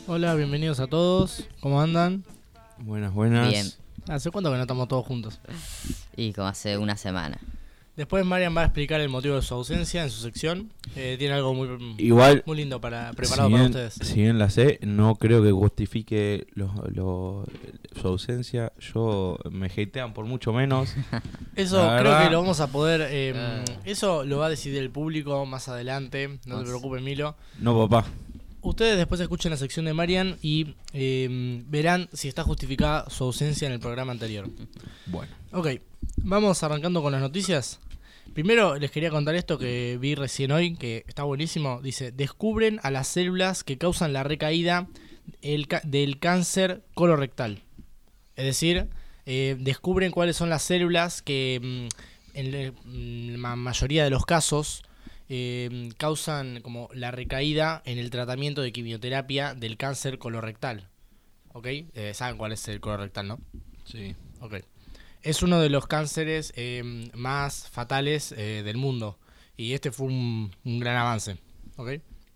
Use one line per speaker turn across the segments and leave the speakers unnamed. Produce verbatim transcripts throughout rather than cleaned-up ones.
Hola, bienvenidos a todos. ¿Cómo andan?
Buenas, buenas.
Bien.
¿Hace cuánto que no estamos todos juntos?
Y como hace una semana.
Después Marian va a explicar el motivo de su ausencia en su sección. Eh, tiene algo muy,
Igual,
muy lindo para preparado
si
para
bien,
ustedes.
Si bien la sé, no creo que justifique lo, lo- su ausencia. Yo me hatean por mucho menos.
Eso
La
creo
verdad-
que lo vamos a poder... eh,
Ah.
Eso lo va a decidir el público más adelante. No te
Vamos.
preocupes, Milo.
No, papá.
Ustedes después escuchen la sección de Marian y eh, verán si está justificada su ausencia en el programa anterior.
Bueno.
Ok, vamos arrancando con las noticias. Primero les quería contar esto que vi recién hoy, que está buenísimo. Dice, descubren a las células que causan la recaída el ca- del cáncer colorectal. Es decir, eh, descubren cuáles son las células que mm, en la- en la mayoría de los casos eh, causan como la recaída en el tratamiento de quimioterapia del cáncer colorectal. ¿Ok? Eh, ¿Saben cuál es el colorectal, no?
Sí.
Ok. Es uno de los cánceres eh, más fatales eh, del mundo. Y este fue un, un gran avance. ¿Ok?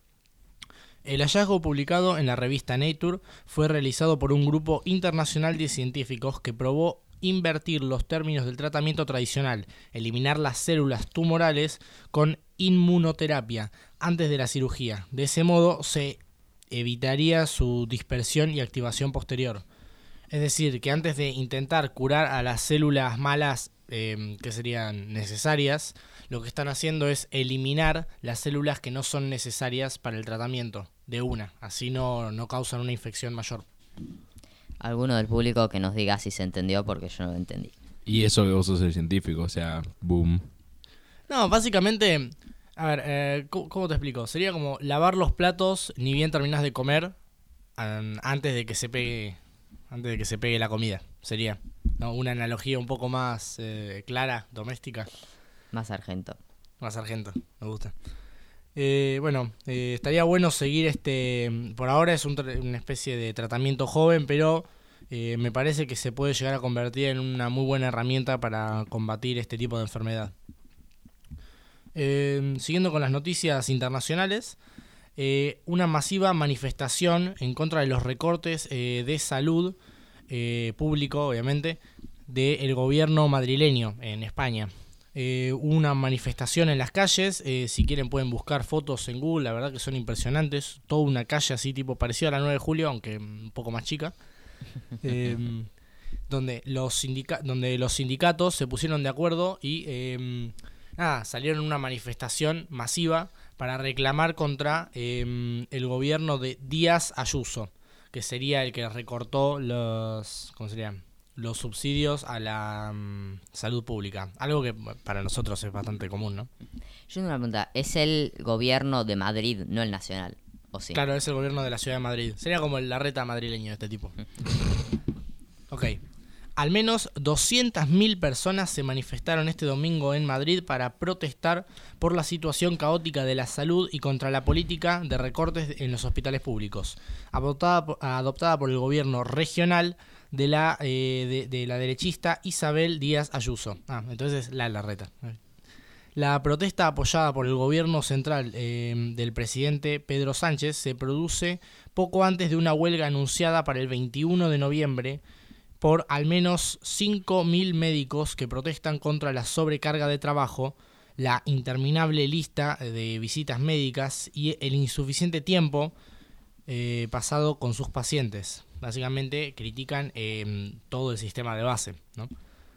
El hallazgo publicado en la revista Nature fue realizado por un grupo internacional de científicos que probó invertir los términos del tratamiento tradicional, eliminar las células tumorales con inmunoterapia antes de la cirugía. De ese modo se evitaría su dispersión y activación posterior. Es decir, que antes de intentar curar a las células malas eh, que serían necesarias, lo que están haciendo es eliminar las células que no son necesarias para el tratamiento de una. Así no, no causan una infección mayor.
Alguno del público que nos diga si se entendió, porque yo no lo entendí.
Y eso que vos sos el científico, o sea, boom.
No, básicamente, a ver, eh, ¿cómo, cómo te explico? Sería como lavar los platos ni bien terminás de comer um, antes de que se pegue antes de que se pegue la comida. Sería, ¿no? Una analogía un poco más eh, clara, doméstica.
Más sargento.
Más sargento, me gusta. Eh, bueno, eh, estaría bueno seguir este... Por ahora es un tra- una especie de tratamiento joven, pero eh, me parece que se puede llegar a convertir en una muy buena herramienta para combatir este tipo de enfermedad. Eh, siguiendo con las noticias internacionales, eh, una masiva manifestación en contra de los recortes eh, de salud eh, público, obviamente, del gobierno madrileño en España. Eh, una manifestación en las calles, eh, si quieren pueden buscar fotos en Google, la verdad que son impresionantes, toda una calle así tipo parecida a la nueve de julio, aunque un poco más chica, eh, donde, los sindica- donde los sindicatos se pusieron de acuerdo y eh, nada, salieron en una manifestación masiva para reclamar contra eh, el gobierno de Díaz Ayuso, que sería el que recortó los, ¿cómo sería? los subsidios a la um, salud pública. Algo que para nosotros es bastante común, ¿no?
Yo tengo una pregunta. ¿Es el gobierno de Madrid, no el nacional? ¿O sí?
Claro, es el gobierno de la ciudad de Madrid. Sería como el Larreta madrileño de este tipo. Ok. Al menos doscientas mil personas se manifestaron este domingo en Madrid para protestar por la situación caótica de la salud y contra la política de recortes en los hospitales públicos, adoptada por, adoptada por el gobierno regional de la, eh, de, de la derechista Isabel Díaz Ayuso. Ah, entonces la Larreta. La protesta apoyada por el gobierno central eh, del presidente Pedro Sánchez se produce poco antes de una huelga anunciada para el veintiuno de noviembre por al menos cinco mil médicos que protestan contra la sobrecarga de trabajo, la interminable lista de visitas médicas y el insuficiente tiempo eh, pasado con sus pacientes. Básicamente critican eh, todo el sistema de base, ¿no?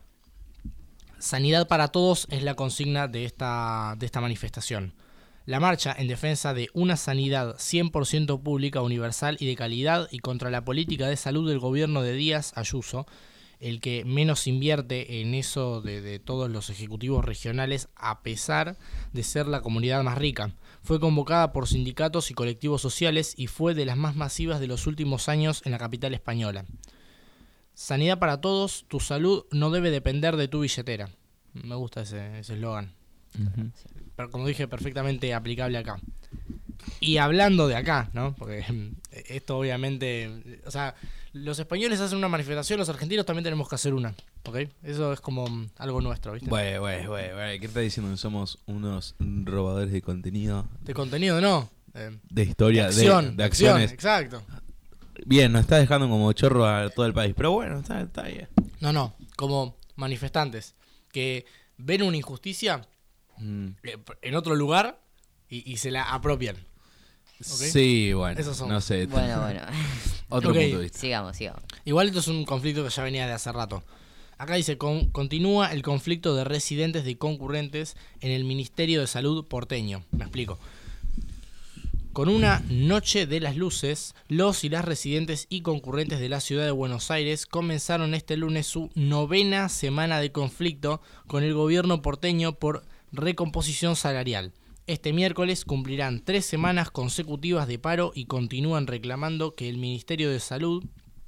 Sanidad para todos es la consigna de esta, de esta manifestación. La marcha en defensa de una sanidad cien por ciento pública, universal y de calidad y contra la política de salud del gobierno de Díaz Ayuso, el que menos invierte en eso de, de todos los ejecutivos regionales a pesar de ser la comunidad más rica. Fue convocada por sindicatos y colectivos sociales y fue de las más masivas de los últimos años en la capital española. Sanidad para todos, tu salud no debe depender de tu billetera. Me gusta ese eslogan.
Uh-huh.
Pero como dije, perfectamente aplicable acá. Y hablando de acá, ¿no? Porque esto obviamente... O sea, los españoles hacen una manifestación, los argentinos también tenemos que hacer una, ¿ok? Eso es como algo nuestro, ¿viste?
Güey, güey, güey, güey. ¿Qué estás diciendo? Somos unos robadores de contenido.
De contenido, no. Eh,
De historia,
de acción,
de, de acciones.
acción, exacto.
Bien, nos está dejando como chorro a todo el país. Pero bueno, está, está bien.
No, no, como manifestantes que ven una injusticia
Mm.
eh, en otro lugar y, y se la apropian. ¿Ok?
Sí, bueno,
Esos son.
no sé.
Bueno, bueno.
Otro
Ok.
punto de vista.
sigamos, sigamos.
Igual esto es un conflicto que ya venía de hace rato. Acá dice, con, continúa el conflicto de residentes y concurrentes en el Ministerio de Salud porteño. Me explico. Con una noche de las luces, los y las residentes y concurrentes de la ciudad de Buenos Aires comenzaron este lunes su novena semana de conflicto con el gobierno porteño por recomposición salarial. Este miércoles cumplirán tres semanas consecutivas de paro y continúan reclamando que el Ministerio de Salud...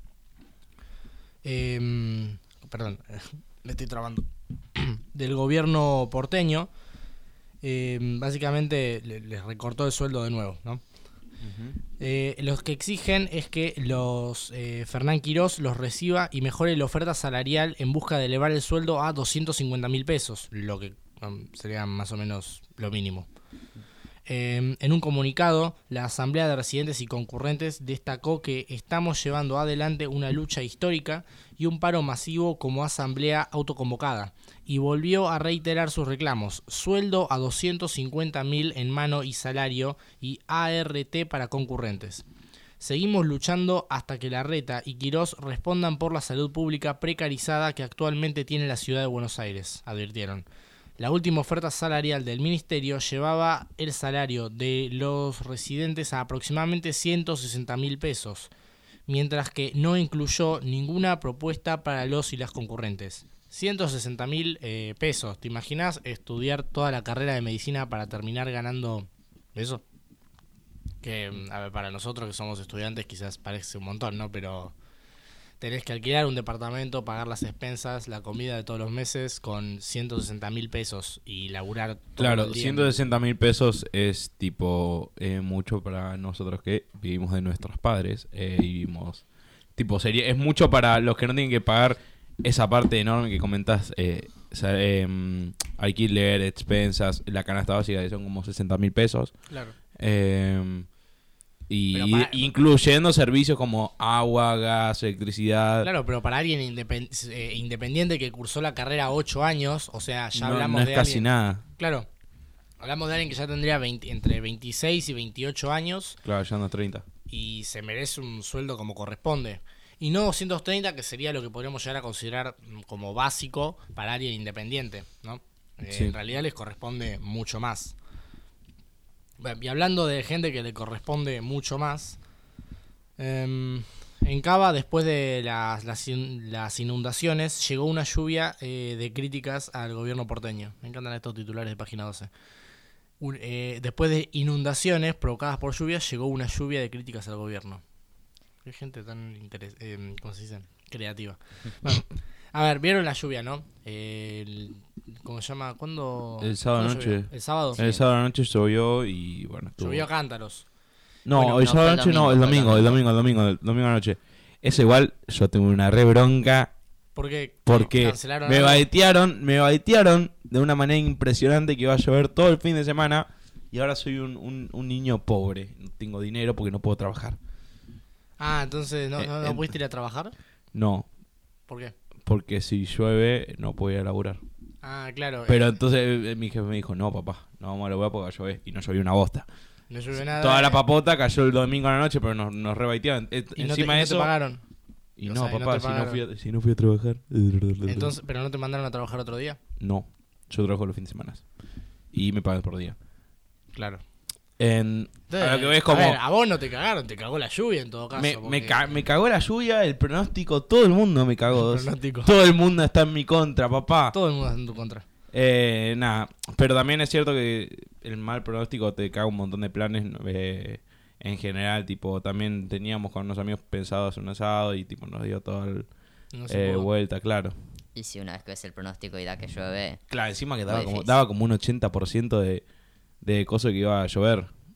Eh, perdón, me estoy trabando. del gobierno porteño... Eh, básicamente le- les recortó el sueldo de nuevo, ¿no? Eh, los que exigen es que los eh, Fernán Quirós los reciba y mejore la oferta salarial en busca de elevar el sueldo a doscientos cincuenta mil pesos, lo que um, sería más o menos lo mínimo. Eh, en un comunicado, la Asamblea de Residentes y Concurrentes destacó que estamos llevando adelante una lucha histórica y un paro masivo como asamblea autoconvocada, y volvió a reiterar sus reclamos: sueldo a doscientos cincuenta mil en mano y salario, y A R T para concurrentes. Seguimos luchando hasta que Larreta y Quirós respondan por la salud pública precarizada que actualmente tiene la ciudad de Buenos Aires, advirtieron. La última oferta salarial del ministerio llevaba el salario de los residentes a aproximadamente ciento sesenta mil pesos, mientras que no incluyó ninguna propuesta para los y las concurrentes. ciento sesenta mil eh, pesos. ¿Te imaginas estudiar toda la carrera de medicina para terminar ganando eso? Que, a ver, para nosotros que somos estudiantes quizás parece un montón, ¿no? Pero tenés que alquilar un departamento, pagar las expensas, la comida de todos los meses con ciento sesenta mil pesos y laburar todo
Claro,
el día.
ciento sesenta mil pesos es tipo eh, mucho para nosotros que vivimos de nuestros padres eh, y vivimos... Tipo, sería, es mucho para los que no tienen que pagar esa parte enorme que comentás, eh, o sea, eh, alquiler, expensas, la canasta básica que son como sesenta mil pesos.
Claro.
Eh, y
Pero para-
incluyendo servicios como agua, gas, electricidad.
Claro, pero para alguien independ- eh, independiente que cursó la carrera ocho años, o sea, ya
no,
hablamos
no es
de
casi
alguien...
nada.
Claro, hablamos de alguien que ya tendría veinte entre veintiséis y veintiocho años
Claro, ya no treinta.
y se merece un sueldo como corresponde. Y no doscientos treinta, que sería lo que podríamos llegar a considerar mm, como básico para alguien independiente, ¿no? Eh,
Sí.
En realidad les corresponde mucho más. Bueno, y hablando de gente que le corresponde mucho más, em, en Cava, después de las, las, in- las inundaciones, llegó una lluvia eh, de críticas al gobierno porteño. Me encantan estos titulares de página doce. Un- eh, después de inundaciones provocadas por lluvias, llegó una lluvia de críticas al gobierno. Qué gente tan interes eh, ¿cómo se dice? Creativa. Bueno, a ver, vieron la lluvia, ¿no? Eh, el- ¿Cómo se llama? ¿Cuándo?
El sábado
¿cuándo llovió?
noche.
El sábado.
El sábado anoche llovió y bueno, estuvo...
Llovió a cántaros.
No,
Bueno,
el
no,
sábado
fue el
noche no,
domingo,
el
fue el
domingo, el domingo,
domingo.
el domingo, el domingo anoche. Eso igual, yo tengo una re bronca
Porque,
porque
cancelaron
me
algo.
baitearon, me baitearon de una manera impresionante que iba a llover todo el fin de semana y ahora soy un, un, un niño pobre. No tengo dinero porque no puedo trabajar.
Ah, entonces no,
Eh,
no, no
eh,
pudiste ir a trabajar.
No,
¿Por qué?
porque si llueve no puedo ir a laburar.
Ah, claro.
Pero
eh,
entonces eh, mi jefe me dijo, no papá, no vamos a laburar porque va a llover. Y no llovió una bosta.
no llovió nada.
Toda la
eh,
papota cayó el domingo a la noche, pero nos, nos rebaitearon. Eh,
y no te,
Encima
y
de
no te
eso...
pagaron.
Y
O
no,
sea, y no
papá,
te
si, no
pagaron.
fui a, si no fui a trabajar...
Entonces, pero no te mandaron a trabajar otro día.
No, yo trabajo los fines de semana. Y me pagan por día.
Claro.
En,
Entonces,
a lo que ves
a
como...
ver, a vos no te cagaron, te cagó la lluvia en todo caso.
me,
porque-
me, ca- me cagó la lluvia, el pronóstico, todo el mundo me cagó.
El pronóstico.
Todo el mundo está en mi contra, papá.
Todo el mundo está en tu contra.
Eh, nada, pero también es cierto que el mal pronóstico te caga un montón de planes eh, en general. Tipo, también teníamos con unos amigos pensados hacer un asado y tipo nos dio toda el,
No se
eh,
pudo.
vuelta, claro.
Y si una vez que ves el pronóstico y da que llueve,
Claro, encima que
Muy
daba como,
difícil.
daba como un ochenta por ciento de, de cosas que iba a llover.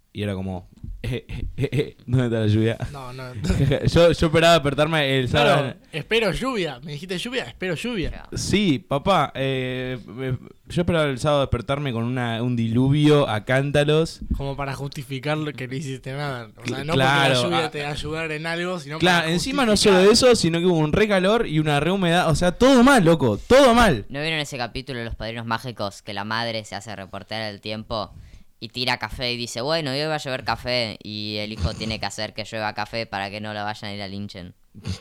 Y era como, eh, eh, eh, eh, ¿dónde está la lluvia?
No, no.
yo, yo esperaba despertarme el sábado.
Claro, espero lluvia. Me dijiste lluvia, espero lluvia.
Sí, papá, eh, me- yo esperaba el sábado despertarme con una, un diluvio a cántaros.
Como para justificar lo que no hiciste nada. O sea, no
Claro,
porque la lluvia
ah.
te va a ayudar en algo, sino
Claro,
para
encima no
justificar.
solo eso, sino que hubo un re calor y una re humedad. O sea, todo mal, loco, todo mal.
¿No vieron ese capítulo de Los Padrinos Mágicos que la madre se hace reportera del tiempo y tira café y dice, bueno, hoy va a llover café y el hijo tiene que hacer que llueva café para que no la vayan a ir a linchen?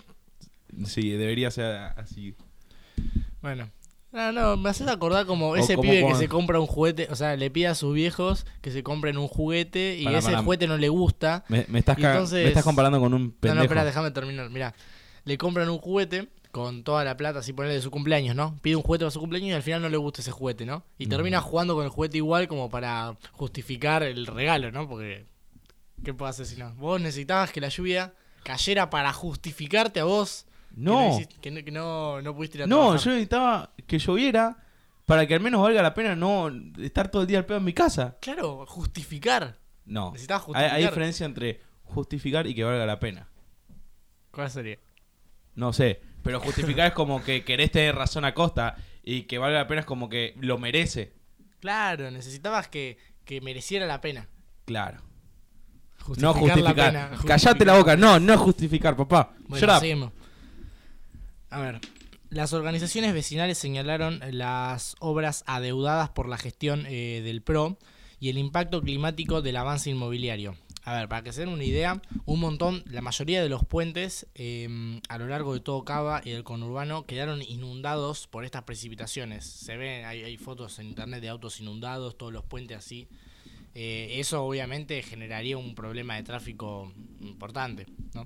Sí, debería ser así.
Bueno. No, no, me haces acordar como ese
como
pibe que
cuando-
se compra un juguete, o sea, le pide a sus viejos que se compren un juguete y
Pará,
ese
pará.
juguete no le gusta.
Me, me estás,
Y
ca-
entonces-
me estás comparando con un
No,
pendejo.
no, espera, déjame terminar. Mirá, le compran un juguete con toda la plata, así ponerle de su cumpleaños, ¿no? Pide un juguete para su cumpleaños y al final no le gusta ese juguete, ¿no? Y
Mm.
termina jugando con el juguete igual como para justificar el regalo, ¿no? Porque, ¿qué puedo hacer si no? Vos necesitabas que la lluvia cayera para justificarte a vos. Que no,
No,
hiciste- que no, que no, no pudiste ir a
no,
trabajar.
yo necesitaba que lloviera para que al menos valga la pena no estar todo el día al pedo en mi casa.
Claro, justificar.
No,
Necesitabas
hay,
justificar.
hay diferencia entre justificar y que valga la pena.
¿Cuál sería?
No sé, pero justificar es como que querés tener razón a costa y que valga la pena es como que lo merece.
Claro, necesitabas que, que mereciera la pena.
Claro.
Justificar
No justificar.
la pena.
Callate
justificar.
la boca. No, no justificar, papá.
Bueno,
Shut up.
seguimos. A ver, las organizaciones vecinales señalaron las obras adeudadas por la gestión eh, del P R O y el impacto climático del avance inmobiliario. A ver, para que se den una idea, un montón, la mayoría de los puentes eh, a lo largo de todo Cava y del conurbano quedaron inundados por estas precipitaciones. Se ven, hay, hay fotos en internet de autos inundados, todos los puentes así. Eh, eso obviamente generaría un problema de tráfico importante, ¿no?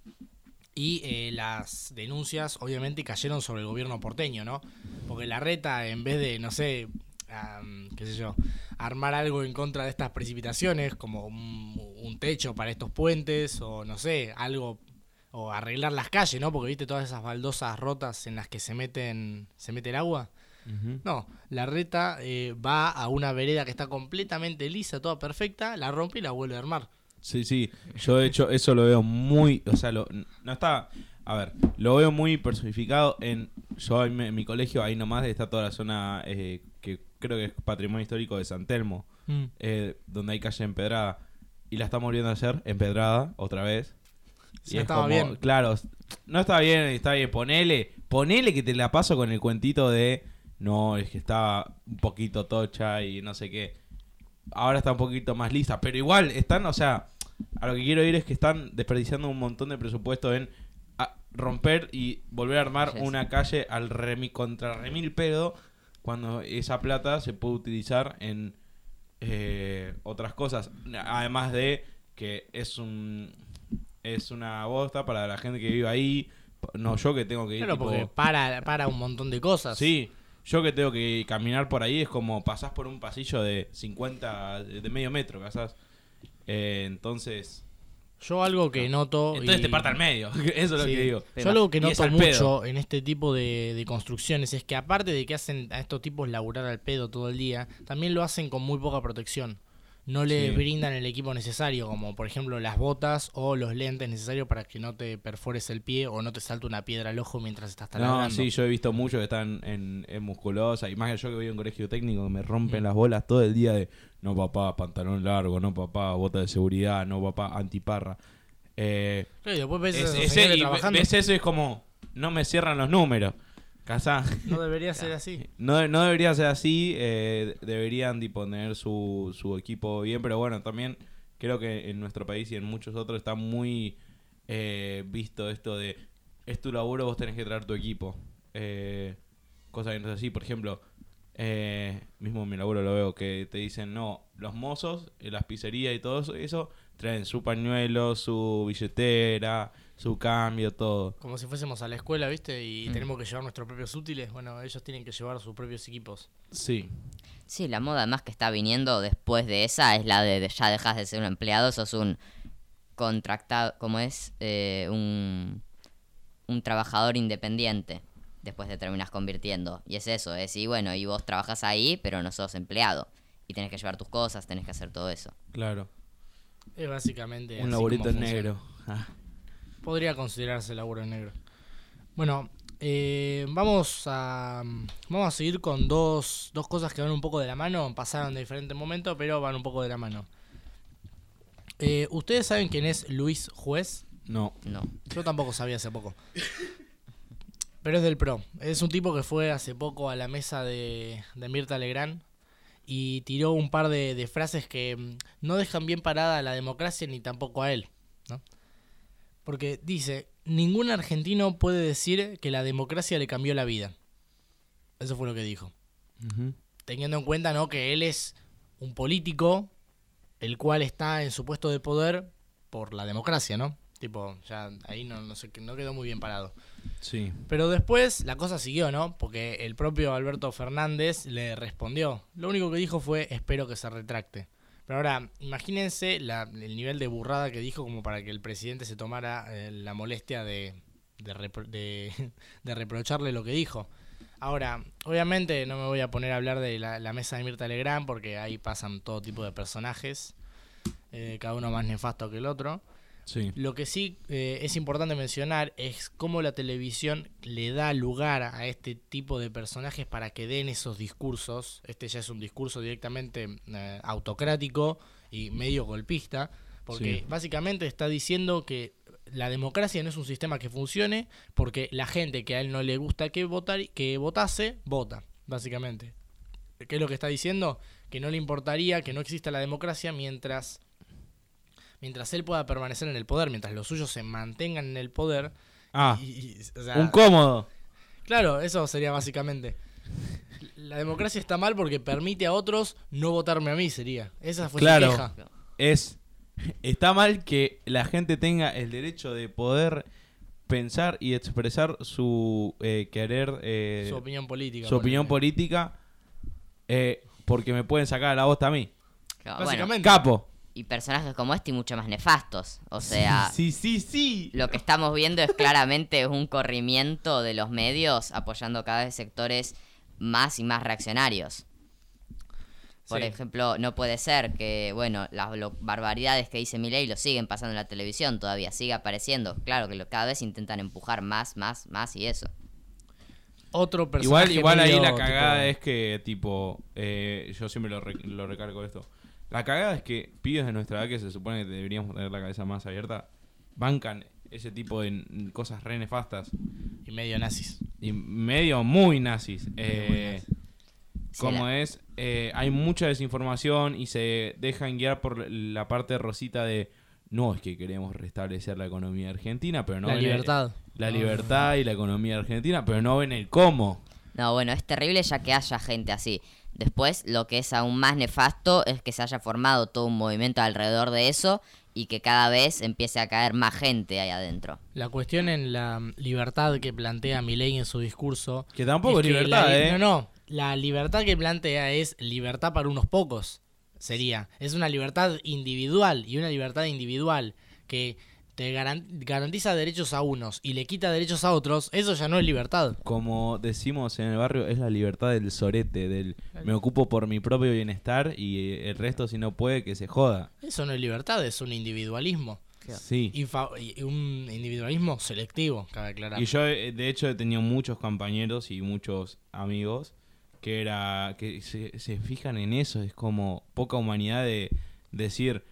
Y eh, las denuncias obviamente cayeron sobre el gobierno porteño, ¿no? Porque la reta, en vez de, no sé, um, qué sé yo, armar algo en contra de estas precipitaciones, como un, un techo para estos puentes, o no sé, algo, o arreglar las calles, ¿no? Porque viste todas esas baldosas rotas en las que se meten, se mete el agua.
Ujú.
No, la reta eh, va a una vereda que está completamente lisa, toda perfecta, la rompe y la vuelve a armar.
Sí, sí. Yo de hecho eso lo veo muy, o sea, lo, no está, a ver, lo veo muy personificado en, yo en mi, en mi colegio ahí nomás está toda la zona eh, que creo que es patrimonio histórico de San Telmo,
Mm.
eh, donde hay calle empedrada y la estamos volviendo a hacer empedrada otra vez.
Sí,
Y es
estaba
como,
bien.
Claro, no está bien, está bien, ponele, ponele que te la paso con el cuentito de, no, es que estaba un poquito tocha y no sé qué. Ahora está un poquito más lisa, pero igual están, o sea, a lo que quiero ir es que están desperdiciando un montón de presupuesto en a- romper y volver a armar
Sí,
una
sí.
calle al remi, contra remil pedo cuando esa plata se puede utilizar en eh, otras cosas, además de que es un es una bosta para la gente que vive ahí, no yo que tengo que ir
Claro,
tipo-
porque para, para un montón de cosas.
Sí, yo que tengo que caminar por ahí es como pasás por un pasillo de cincuenta, de medio metro, ¿casás? Eh, entonces...
Yo algo que noto...
Entonces
y-
te parta al medio, eso es lo
Sí.
que digo.
Yo algo que
Y es
noto
al
mucho
pedo.
en este tipo de, de construcciones es que aparte de que hacen a estos tipos laburar al pedo todo el día, también lo hacen con muy poca protección. No les
Sí.
brindan el equipo necesario, como por ejemplo las botas o los lentes necesarios para que no te perfores el pie o no te salte una piedra al ojo mientras estás
No,
taladrando.
sí, yo he visto muchos que están en, en musculosa, y más que yo que voy a un colegio técnico que me rompen
Mm.
las bolas todo el día de, no papá, pantalón largo, no papá, bota de seguridad, no papá, antiparra. Eh,
Claro, y después ves
es-
a esos
ese-
señores
y
trabajando.
ves eso y es como, no me cierran los números, ¿casás?
No debería ser así.
No, no debería ser así, eh, deberían tipo, tener su, su equipo bien, pero bueno, también creo que en nuestro país y en muchos otros está muy eh, visto esto de, es tu laburo, vos tenés que traer tu equipo. Eh, cosa que no es así, por ejemplo, eh, mismo en mi laburo lo veo, que te dicen, no, los mozos, eh, las pizzerías y todo eso, eso, traen su pañuelo, su billetera, su cambio, todo.
Como si fuésemos a la escuela, ¿viste? Y
Mm.
tenemos que llevar nuestros propios útiles. Bueno, ellos tienen que llevar sus propios equipos.
Sí.
Sí, la moda además que está viniendo después de esa es la de, de ya dejas de ser un empleado, sos un contractado, ¿cómo es? Eh, un, un trabajador independiente. Después te terminas convirtiendo. Y es eso, es y bueno, y vos trabajas ahí, pero no sos empleado. Y tenés que llevar tus cosas, tenés que hacer todo eso.
Claro.
Es básicamente
Un
así
laburito
como
en
funciona.
negro. Ah.
Podría considerarse laburo en negro. Bueno, eh, vamos a vamos a seguir con dos, dos cosas que van un poco de la mano. Pasaron de diferentes momentos, pero van un poco de la mano. Eh, ¿Ustedes saben quién es Luis Juez?
No.
No.
Yo tampoco sabía hace poco. Pero es del P R O. Es un tipo que fue hace poco a la mesa de, de Mirta Legrand y tiró un par de, de frases que mm, no dejan bien parada a la democracia ni tampoco a él, ¿no? Porque dice, ningún argentino puede decir que la democracia le cambió la vida. Eso fue lo que dijo.
Ujú.
Teniendo en cuenta, ¿no?, que él es un político el cual está en su puesto de poder por la democracia, ¿no? Tipo, ya ahí no, no sé, no quedó muy bien parado.
Sí.
Pero después la cosa siguió, ¿no? Porque el propio Alberto Fernández le respondió. Lo único que dijo fue, espero que se retracte. Pero ahora, imagínense la, el nivel de burrada que dijo como para que el presidente se tomara eh, la molestia de, de, repro- de, de reprocharle lo que dijo. Ahora, obviamente no me voy a poner a hablar de la, la mesa de Mirta Legrand porque ahí pasan todo tipo de personajes, eh, cada uno más nefasto que el otro.
Sí.
Lo que sí eh, es importante mencionar es cómo la televisión le da lugar a este tipo de personajes para que den esos discursos. Este ya es un discurso directamente eh, autocrático y medio golpista, porque
Sí.
básicamente está diciendo que la democracia no es un sistema que funcione porque la gente que a él no le gusta que votar, que votase, vota, básicamente. ¿Qué es lo que está diciendo? Que no le importaría que no exista la democracia mientras... Mientras él pueda permanecer en el poder, mientras los suyos se mantengan en el poder.
Ah,
y- y- o sea,
un cómodo.
claro, eso sería básicamente. La democracia está mal porque permite a otros no votarme a mí, sería. Esa fue
Claro.
su queja.
Es. Está mal que la gente tenga el derecho de poder pensar y expresar su eh, querer, eh,
Su opinión política.
su opinión
ponele.
política, eh, porque me pueden sacar a la bosta a mí.
Claro, bueno,
Básicamente.
Capo.
y personajes como este y mucho más nefastos. O sea,
Sí, sí, sí.
lo que estamos viendo es claramente un corrimiento de los medios apoyando cada vez sectores más y más reaccionarios. Por
Sí.
ejemplo, no puede ser que, bueno, las lo- barbaridades que dice Milei lo siguen pasando en la televisión todavía, sigue apareciendo. Claro que lo, cada vez intentan empujar más, más, más y eso.
Otro
Igual,
personaje.
igual ahí
medio,
la cagada
tipo,
es que, tipo, eh, yo siempre lo, re- lo recargo esto. La cagada es que pibes de nuestra edad, que se supone que deberíamos tener la cabeza más abierta, bancan ese tipo de n- cosas re nefastas
Y medio nazis.
y medio muy nazis. Eh,
muy nazis.
Sí,
como
la-
es, eh, hay mucha desinformación y se dejan guiar por la parte rosita de no, es que queremos restablecer la economía argentina, pero no
la
ven el-
libertad.
la
No,
libertad y la economía argentina, pero no ven el cómo.
No, bueno, es terrible ya que haya gente así. Después, lo que es aún más nefasto es que se haya formado todo un movimiento alrededor de eso y que cada vez empiece a caer más gente ahí adentro.
La cuestión en la libertad que plantea Milei en su discurso.
Que tampoco es
que
libertad,
la,
¿eh?
No, no. La libertad que plantea es libertad para unos pocos. Sería. Es una libertad individual. Y una libertad individual que te garan- garantiza derechos a unos y le quita derechos a otros. Eso ya no es libertad.
Como decimos en el barrio, es la libertad del sorete, del me ocupo por mi propio bienestar y el resto si no puede que se joda.
Eso no es libertad, es un individualismo.
Sí.
Y, fa- y un individualismo selectivo, cabe aclarar.
Y yo eh, de hecho he tenido muchos compañeros y muchos amigos que era que se, se fijan en eso, es como poca humanidad de decir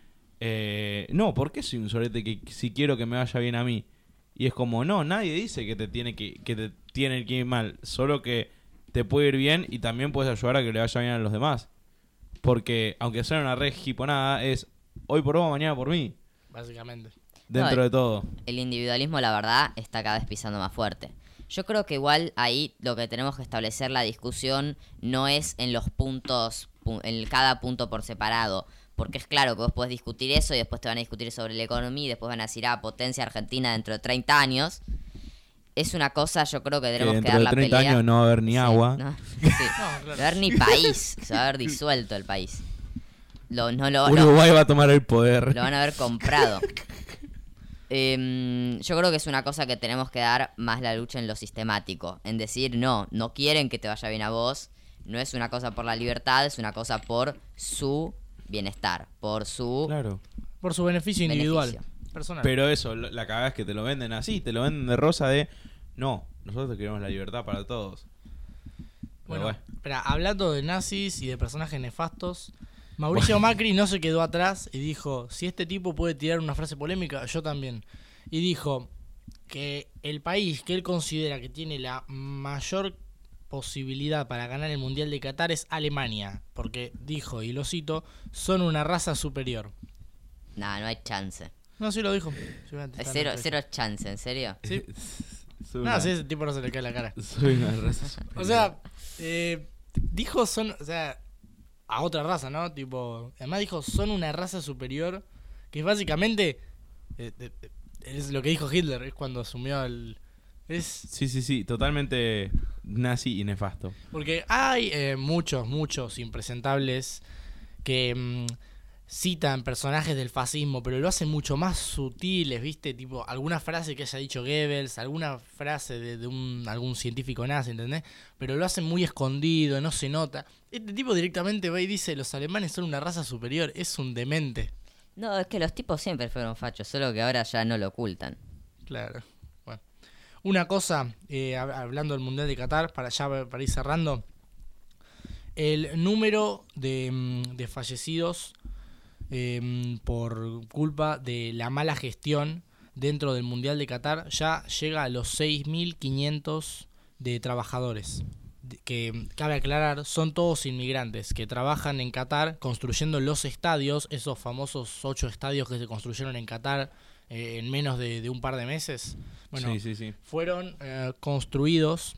eh, no, ¿por qué soy un sorete que si quiero que me vaya bien a mí? Y es como, no, nadie dice que te tiene que, que te tiene que ir mal, solo que te puede ir bien y también puedes ayudar a que le vaya bien a los demás. Porque aunque sea una red hiponada, es hoy por vos, mañana por mí,
Básicamente.
dentro
No,
de todo.
El individualismo, la verdad, está cada vez pisando más fuerte. Yo creo que igual ahí lo que tenemos que establecer la discusión no es en los puntos, pu- en cada punto por separado. Porque es claro que vos podés discutir eso y después te van a discutir sobre la economía y después van a decir, ah, potencia argentina dentro de treinta años. Es una cosa, yo creo que
Que
tenemos que,
dentro
dar
de
la
treinta
pelea.
años no va a haber ni
Sí,
agua.
no, sí.
No, claro.
No va a haber ni país, se va a haber disuelto el país. Lo, no lo, lo-
Uruguay va a tomar el poder.
lo van a haber comprado. Em, yo creo que es una cosa que tenemos que dar más la lucha en lo sistemático. En decir, no, no quieren que te vaya bien a vos. No es una cosa por la libertad, es una cosa por su bienestar. Por su...
Claro.
Por su beneficio individual,
Beneficio.
personal.
Pero eso, lo- la cagada es que te lo venden así, te lo venden de rosa de... No, nosotros queremos la libertad para todos. Pero
bueno,
bueno.
espera, hablando de nazis y de personajes nefastos, Mauricio Macri no se quedó atrás y dijo, si este tipo puede tirar una frase polémica, yo también. Y dijo que el país que él considera que tiene la mayor posibilidad para ganar el Mundial de Qatar es Alemania, porque dijo, y lo cito, son una raza superior.
No, no hay chance.
No, sí lo dijo. Sí,
Hay
está
cero,
en la
cero chance, ¿en serio?
Sí.
Soy
No,
una-
sí, ese tipo no se le cae la cara.
Soy una raza superior.
O sea, eh, dijo son, o sea, a otra raza, ¿no? Tipo, además dijo son una raza superior, que es básicamente eh, eh, eh, es lo que dijo Hitler, es cuando asumió el es
Sí, sí, sí, totalmente nazi y nefasto.
porque hay eh, muchos, muchos impresentables que mm, citan personajes del fascismo, pero lo hacen mucho más sutiles, ¿viste? Tipo, alguna frase que haya dicho Goebbels, alguna frase de, de un algún científico nazi, ¿entendés? Pero lo hacen muy escondido, no se nota. Este tipo directamente va y dice, los alemanes son una raza superior, es un demente.
No, es que los tipos siempre fueron fachos, solo que ahora ya no lo ocultan.
Claro. Bueno. Una cosa, eh, hab- hablando del Mundial de Qatar, para ya para ir cerrando, el número de, mm, de fallecidos eh, por culpa de la mala gestión dentro del Mundial de Qatar ya llega a los seis mil quinientos de trabajadores. De- Que cabe aclarar, son todos inmigrantes que trabajan en Qatar construyendo los estadios, esos famosos ocho estadios que se construyeron en Qatar eh, en menos de, de un par de meses. Bueno,
Sí, sí, sí.
fueron eh, construidos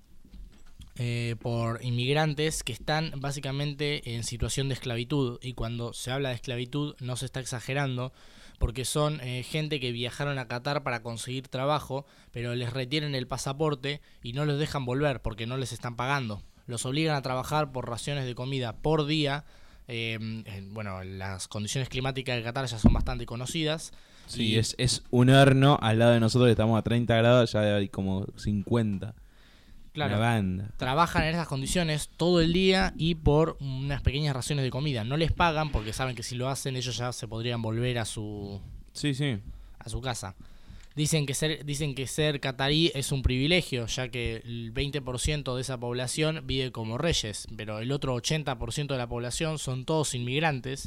eh, por inmigrantes que están básicamente en situación de esclavitud, y cuando se habla de esclavitud no se está exagerando, porque son eh, gente que viajaron a Qatar para conseguir trabajo, pero les retienen el pasaporte y no los dejan volver porque no les están pagando. Los obligan a trabajar por raciones de comida por día. Eh, eh, bueno, las condiciones climáticas de Qatar ya son bastante conocidas.
Sí,
Y-
es, es un horno al lado de nosotros, estamos a treinta grados, ya hay como cincuenta.
Claro.
Una banda.
Trabajan en esas condiciones todo el día y por unas pequeñas raciones de comida. No les pagan porque saben que si lo hacen ellos ya se podrían volver a su
Sí, sí.
a su casa. Dicen que ser dicen que ser catarí es un privilegio, ya que el veinte por ciento de esa población vive como reyes, pero el otro ochenta por ciento de la población son todos inmigrantes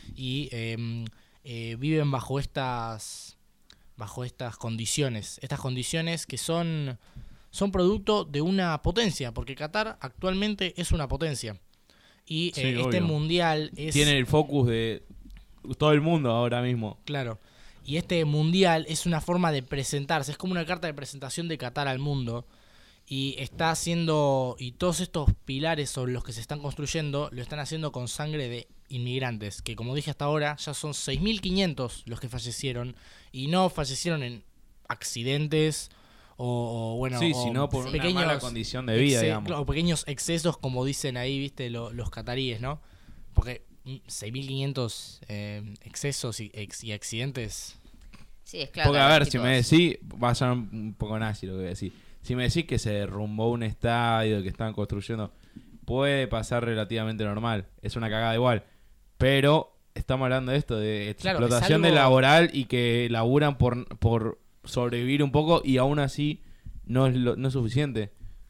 y eh, eh, viven bajo estas bajo estas condiciones, estas condiciones que son son producto de una potencia, porque Qatar actualmente es una potencia. Y
Sí,
eh, este
obvio.
mundial es...
Tiene el focus de todo el mundo ahora mismo.
Claro. Y este mundial es una forma de presentarse, es como una carta de presentación de Qatar al mundo. Y está haciendo, y todos estos pilares sobre los que se están construyendo, lo están haciendo con sangre de inmigrantes, que como dije hasta ahora, ya son seis mil quinientos los que fallecieron, y no fallecieron en accidentes o, o, bueno,
Sí,
o
sino por una mala condición de vida,
exce-
digamos.
o pequeños excesos, como dicen ahí, viste, lo- los cataríes, ¿no? Porque mm, seis mil quinientos eh, excesos y, ex- y accidentes.
Sí, es claro.
Porque
que
a
los
ver, si me
tipos-
decís, va a sonar un poco nazi lo que voy a decir. Si me decís que se derrumbó un estadio que estaban construyendo, puede pasar relativamente normal. Es una cagada igual. Pero estamos hablando de esto, de
Claro,
explotación
es algo-
de laboral y que laburan por, por sobrevivir un poco y aún así no es, lo- no es suficiente.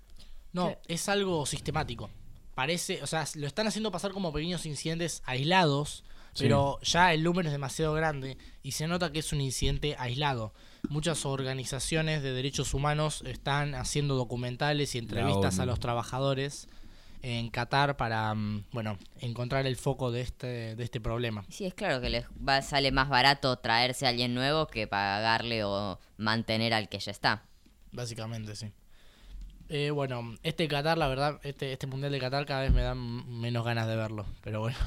No,
¿Qué?
es algo sistemático. Parece, o sea, lo están haciendo pasar como pequeños incidentes aislados,
Sí.
pero ya el número es demasiado grande y se nota que es un incidente aislado. Muchas organizaciones de derechos humanos están haciendo documentales y entrevistas
ONU.
a los trabajadores en Qatar para, mm, bueno, encontrar el foco de este de este problema.
Sí, es claro que les va, sale más barato traerse a alguien nuevo que pagarle o mantener al que ya está.
Básicamente, sí. Eh, bueno, este Qatar, la verdad, este, este Mundial de Qatar cada vez me dan menos ganas de verlo. Pero bueno,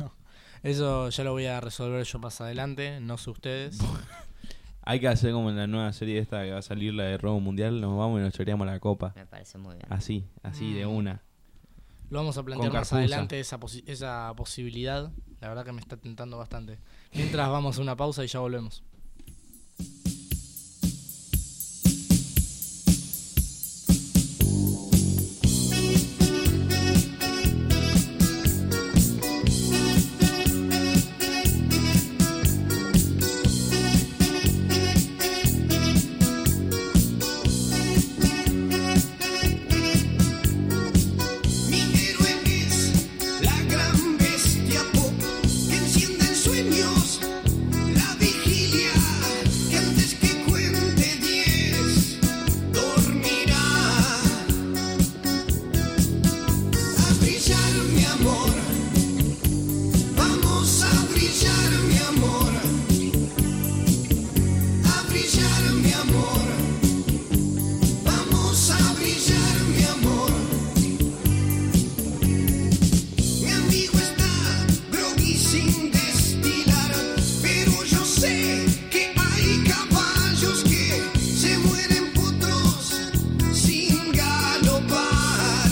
eso ya lo voy a resolver yo más adelante, no sé ustedes.
Hay que hacer como en la nueva serie esta que va a salir, la de Robo Mundial, nos vamos y nos choreamos la copa.
Me parece muy bien.
Así, así de
Mm.
una.
Lo vamos a plantear
Con
más
Carpuza.
adelante, esa, posi- esa posibilidad. La verdad que me está tentando bastante. Mientras vamos a una pausa y ya volvemos.
amor. Vamos a brillar, mi amor. Mi amigo está groggy sin destilar, pero yo sé que hay caballos que se mueren potros sin galopar.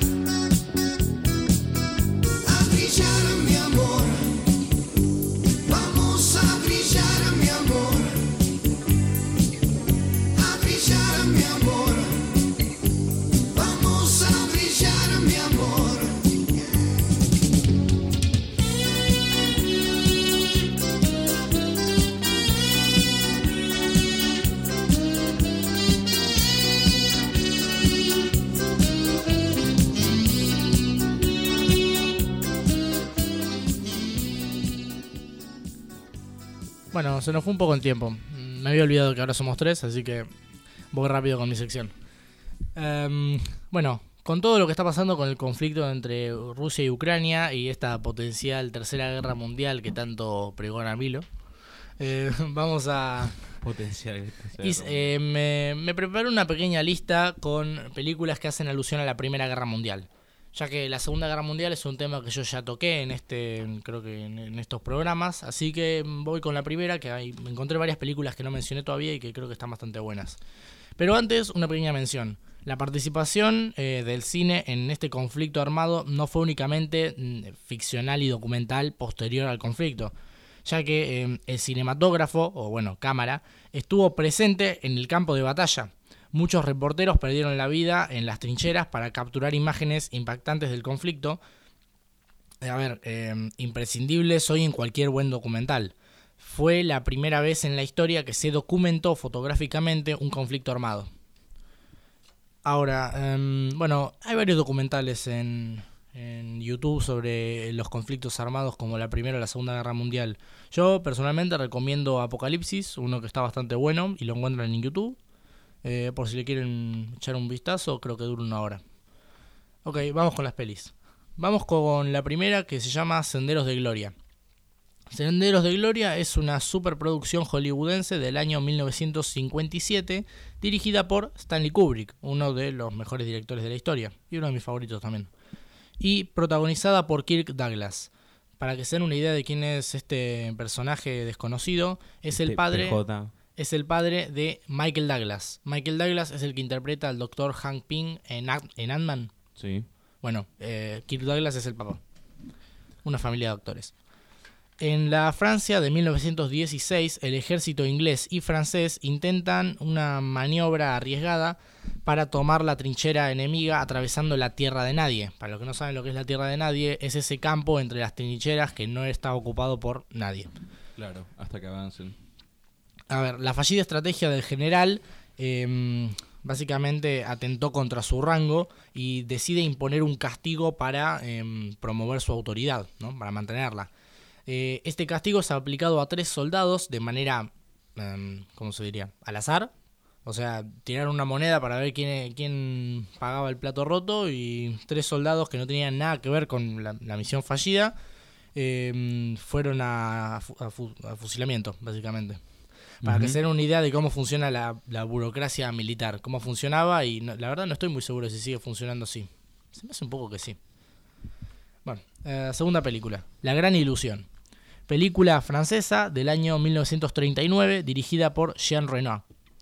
A brillar, mi amor. Vamos a brillar, mi amor. A brillar, mi amor. Vamos a brillar, mi amor.
Bueno, se nos fue un poco en tiempo. Mm, Me había olvidado que ahora somos tres, así que voy rápido con mi sección. Em, bueno, con todo lo que está pasando con el conflicto entre Rusia y Ucrania y esta potencial tercera guerra mundial que tanto pregona Milo, eh, vamos a...
Potencial.
y, eh, me, me preparé una pequeña lista con películas que hacen alusión a la Primera Guerra Mundial, ya que la Segunda Guerra Mundial es un tema que yo ya toqué en este, creo que en, en estos programas, así que voy con la primera, que hay, encontré varias películas que no mencioné todavía y que creo que están bastante buenas. Pero antes, una pequeña mención. La participación eh, del cine en este conflicto armado no fue únicamente mm, ficcional y documental posterior al conflicto, ya que eh, el cinematógrafo, o bueno, cámara, estuvo presente en el campo de batalla. Muchos reporteros perdieron la vida en las trincheras para capturar imágenes impactantes del conflicto. Eh, A ver, eh, imprescindibles hoy en cualquier buen documental. Fue la primera vez en la historia que se documentó fotográficamente un conflicto armado. Ahora, eh, bueno, hay varios documentales en, en YouTube sobre los conflictos armados como la Primera o la Segunda Guerra Mundial. Yo personalmente recomiendo Apocalipsis, uno que está bastante bueno y lo encuentran en YouTube. Eh, por si le quieren echar un vistazo, creo que dura una hora. Ok, vamos con las pelis. Vamos con la primera, que se llama Senderos de Gloria. Senderos de Gloria es una superproducción hollywoodense del año mil novecientos cincuenta y siete, dirigida por Stanley Kubrick, uno de los mejores directores de la historia, y uno de mis favoritos también. Y protagonizada por Kirk Douglas. Para que se den una idea de quién es este personaje desconocido, es el padre...
P J.
Es el padre de Michael Douglas. Michael Douglas es el que interpreta al doctor Hank Pym en, Ant- en Ant-Man.
Sí.
Bueno, eh, Kirk Douglas es el papá. Una familia de doctores. En la Francia de mil novecientos dieciséis, el ejército inglés y francés intentan una maniobra arriesgada para tomar la trinchera enemiga atravesando la Tierra de Nadie. Para los que no saben lo que es la Tierra de Nadie, es ese campo entre las trincheras que no está ocupado por nadie.
Claro, hasta que avancen.
A ver, la fallida estrategia del general eh, básicamente atentó contra su rango y decide imponer un castigo para eh, promover su autoridad, ¿no? Para mantenerla. Eh, este castigo es aplicado a tres soldados de manera, eh, ¿cómo se diría? Al azar. O sea, tiraron una moneda para ver quién, quién pagaba el plato roto y tres soldados que no tenían nada que ver con la, la misión fallida eh, fueron a, a, fu- a fusilamiento, básicamente. Para
Ujú.
que se den una idea de cómo funciona la, la burocracia militar, cómo funcionaba, y no- la verdad no estoy muy seguro si sigue funcionando así. Se me hace un poco que sí. Bueno, eh, segunda película, La Gran Ilusión. Película francesa del año mil novecientos treinta y nueve, dirigida por Jean Reno,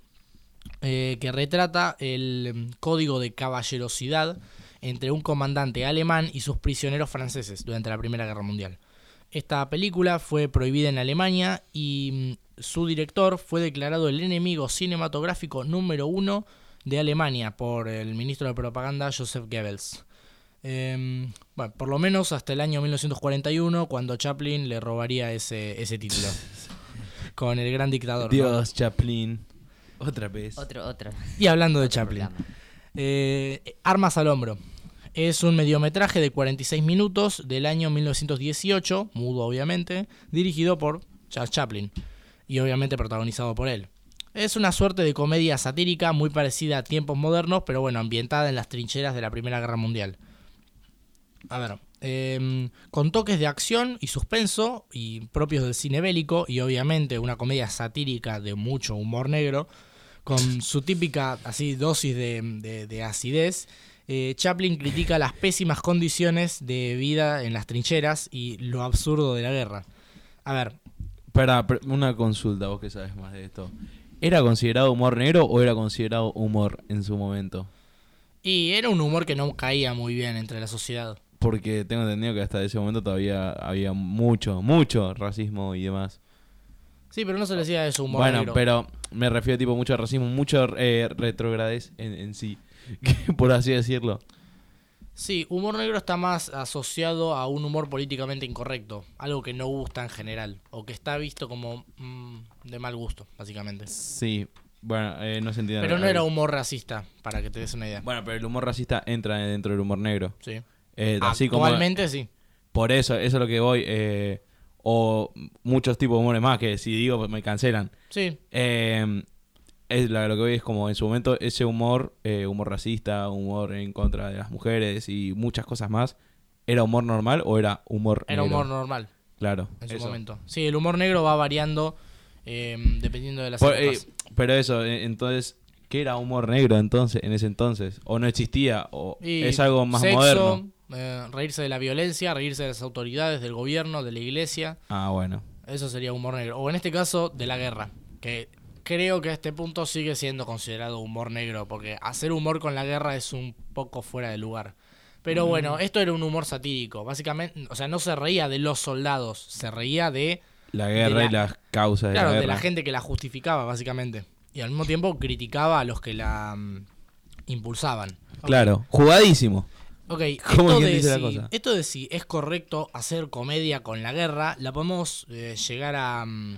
eh, que retrata el em, código de caballerosidad entre un comandante alemán y sus prisioneros franceses durante la Primera Guerra Mundial. Esta película fue prohibida en Alemania y mm, su director fue declarado el enemigo cinematográfico número uno de Alemania por el ministro de propaganda Joseph Goebbels. Eh, bueno, por lo menos hasta el año mil novecientos cuarenta y uno, cuando Chaplin le robaría ese, ese título con El Gran Dictador, ¿no?
Dios, Chaplin. Otra vez.
Otro, otro.
Y hablando de
otro
Chaplin,
programa.
eh, Armas al Hombro. Es un mediometraje de cuarenta y seis minutos del año mil novecientos dieciocho, mudo obviamente, dirigido por Charles Chaplin y obviamente protagonizado por él. Es una suerte de comedia satírica muy parecida a Tiempos Modernos, pero bueno, ambientada en las trincheras de la Primera Guerra Mundial. A ver, eh, con toques de acción y suspenso y propios del cine bélico y obviamente una comedia satírica de mucho humor negro, Con su típica así dosis de, de- de acidez, eh, Chaplin critica las pésimas condiciones de vida en las trincheras y lo absurdo de la guerra. A ver,
Para una consulta, vos que sabes más de esto. ¿Era considerado humor negro o era considerado humor en su momento?
y era un humor que no caía muy bien entre la sociedad.
Porque tengo entendido que hasta ese momento todavía había mucho, mucho racismo y demás.
Sí, pero no se le decía eso humor
Bueno,
negro.
pero me refiero tipo mucho racismo, mucho eh, retrogradez en, en sí, por así decirlo.
Sí, humor negro está más asociado a un humor políticamente incorrecto, algo que no gusta en general, o que está visto como mm, de mal gusto, básicamente.
Sí, bueno, eh, no se entiende.
Pero no
Eh,
era humor racista, para que te des una idea.
Bueno, pero el humor racista entra dentro del humor negro.
Sí.
Eh, así como
Actualmente sí.
por eso, eso es lo que voy. eh, o muchos tipos de humores más que si digo me cancelan.
Sí,
Eh, es, la- lo que voy es como en su momento ese humor, eh, humor racista, humor en contra de las mujeres y muchas cosas más, ¿era humor normal o era humor
era
negro?
humor normal
Claro.
en su
eso.
momento. Sí, el humor negro va variando eh, dependiendo de las
Por- eh,
épocas.
pero eso, eh, entonces, ¿qué era humor negro entonces en ese entonces? ¿O no existía? ¿O
Y
es algo más
sexo,
moderno?
eh, reírse de la violencia, reírse de las autoridades, del gobierno, de la iglesia.
Ah, bueno.
Eso sería humor negro. O en este caso, de la guerra. Que creo que a este punto sigue siendo considerado humor negro. Porque hacer humor con la guerra es un poco fuera de lugar. Pero bueno, esto era un humor satírico. Básicamente, o sea, no se reía de los soldados. Se reía de,
La guerra
de
y
la-
las causas de
claro,
la
de
guerra.
la gente que la justificaba, básicamente. Y al mismo tiempo criticaba a los que la mm, impulsaban. Ok.
Claro, jugadísimo.
Ok,
¿Cómo
esto
quien
de,
dice la
si,
cosa?
esto de si es correcto hacer comedia con la guerra, la podemos eh, llegar a, mm,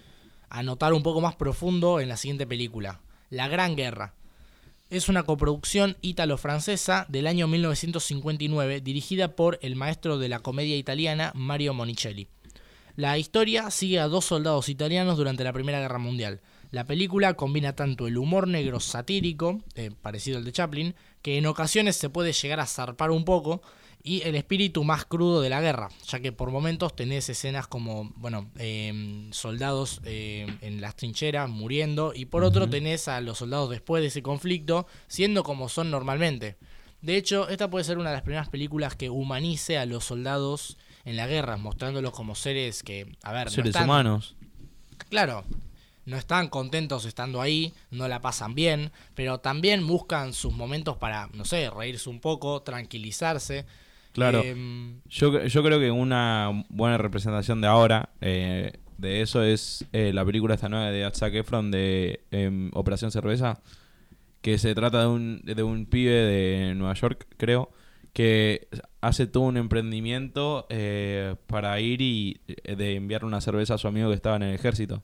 a notar un poco más profundo en la siguiente película, La Gran Guerra. Es una coproducción ítalo-francesa del año mil novecientos cincuenta y nueve, dirigida por el maestro de la comedia italiana Mario Monicelli. La historia sigue a dos soldados italianos durante la Primera Guerra Mundial. La película combina tanto el humor negro satírico, eh, parecido al de Chaplin, que en ocasiones se puede llegar a zarpar un poco, y el espíritu más crudo de la guerra, ya que por momentos tenés escenas como, bueno, eh, soldados eh, en las trincheras muriendo, y por otro tenés a los soldados después de ese conflicto siendo como son normalmente. De hecho, esta puede ser una de las primeras películas que humanice a los soldados en la guerra, mostrándolos como seres que, a ver, no
Seres
están-
humanos.
Claro, no están contentos estando ahí, no la pasan bien, pero también buscan sus momentos para, no sé, reírse un poco, tranquilizarse.
Claro.
Em,
Yo, yo creo que una buena representación de ahora eh, de eso es eh, la película esta nueva de Zac Efron de em, Operación Cerveza, que se trata de un, de un pibe de Nueva York, creo, que hace todo un emprendimiento eh, para ir y eh, de enviar una cerveza a su amigo que estaba en el ejército.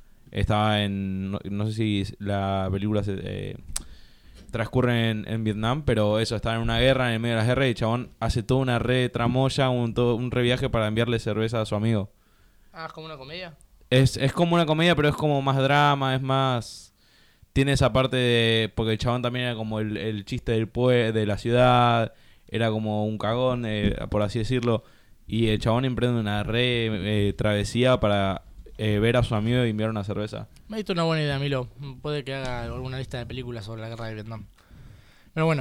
Estaba en, no, no sé si la película se, eh, transcurre en, en Vietnam, pero eso, está en una guerra, en el medio de la guerra, y el chabón hace toda una re tramoya, un, todo, un reviaje para enviarle cerveza a su amigo.
ah, ¿es como una comedia?
Es, es como una comedia, pero es como más drama, es más... Tiene esa parte de... Porque el chabón también era como el, el chiste del pue, de la ciudad, era como un cagón, eh, por así decirlo, y el chabón emprende una re eh, travesía para eh, ver a su amigo y enviar una cerveza.
Me diste una buena idea, Milo. Puede que haga alguna lista de películas sobre la guerra de Vietnam. Pero bueno,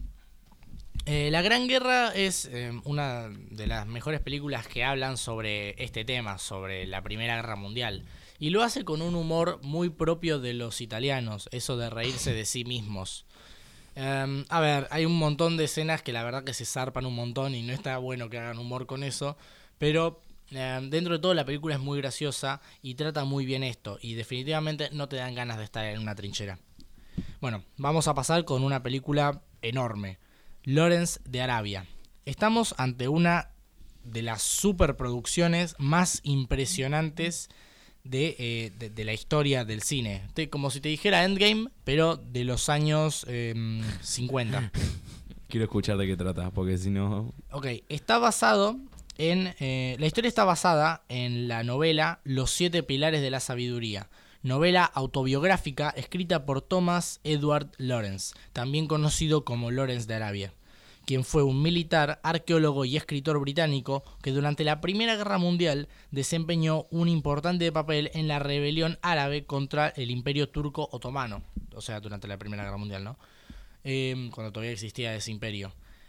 eh, La Gran Guerra es eh, una de las mejores películas que hablan sobre este tema, sobre la Primera Guerra Mundial. Y lo hace con un humor muy propio de los italianos, eso de reírse de sí mismos. Um, a ver, hay un montón de escenas que la verdad que se zarpan un montón y no está bueno que hagan humor con eso, pero um, dentro de todo la película es muy graciosa y trata muy bien esto, y definitivamente no te dan ganas de estar en una trinchera. Bueno, vamos a pasar con una película enorme, Lawrence de Arabia. Estamos ante una de las superproducciones más impresionantes de, eh, de, de la historia del cine. Te, como si te dijera Endgame, pero de los años eh, cincuenta.
Quiero escuchar de qué trata, porque si no...
Ok, está basado en... Eh, la historia está basada en la novela Los siete pilares de la sabiduría, novela autobiográfica escrita por Thomas Edward Lawrence, también conocido como Lawrence de Arabia, quien fue un militar, arqueólogo y escritor británico que durante la Primera Guerra Mundial desempeñó un importante papel en la rebelión árabe contra el Imperio Turco Otomano. O sea, durante la Primera Guerra Mundial, ¿no? Eh, cuando todavía existía ese imperio.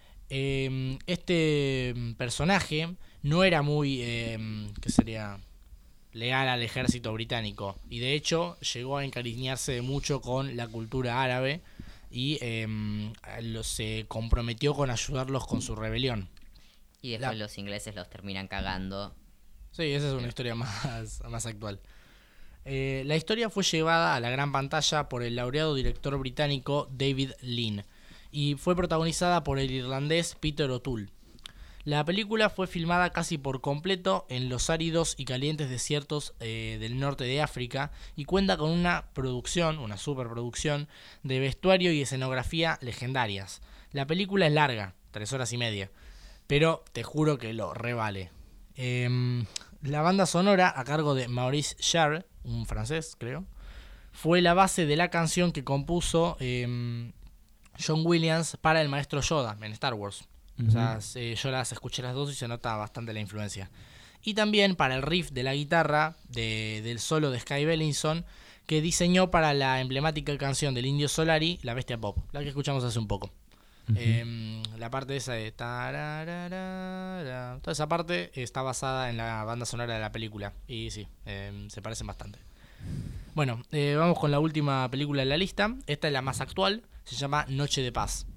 Eh, este personaje no era muy, eh, ¿qué sería? leal al ejército británico, y de hecho llegó a encariñarse mucho con la cultura árabe y eh, lo, se comprometió con ayudarlos con su rebelión.
Y después
La-
los ingleses los terminan cagando.
Sí, esa es una historia más, más actual. Eh, la historia fue llevada a la gran pantalla por el laureado director británico David Lean y fue protagonizada por el irlandés Peter O'Toole. La película fue filmada casi por completo en los áridos y calientes desiertos eh, del norte de África y cuenta con una producción, una superproducción, de vestuario y escenografía legendarias. La película es larga, tres horas y media, pero te juro que lo revale. Eh, la banda sonora, a cargo de Maurice Jarre, un francés creo, fue la base de la canción que compuso eh, John Williams para el maestro Yoda en Star Wars. O sea, se- yo las escuché las dos y se nota bastante la influencia. Y también para el riff de la guitarra de- del solo de Sky Bellinson, que diseñó para la emblemática canción del Indio Solari, La Bestia Pop, la que escuchamos hace un poco. Eh, la parte esa de tarararara, toda esa parte está basada en la banda sonora de la película. Y sí, eh, se parecen bastante. Bueno, eh, vamos con la última película de la lista. Esta es la más actual, se llama Noche de Paz.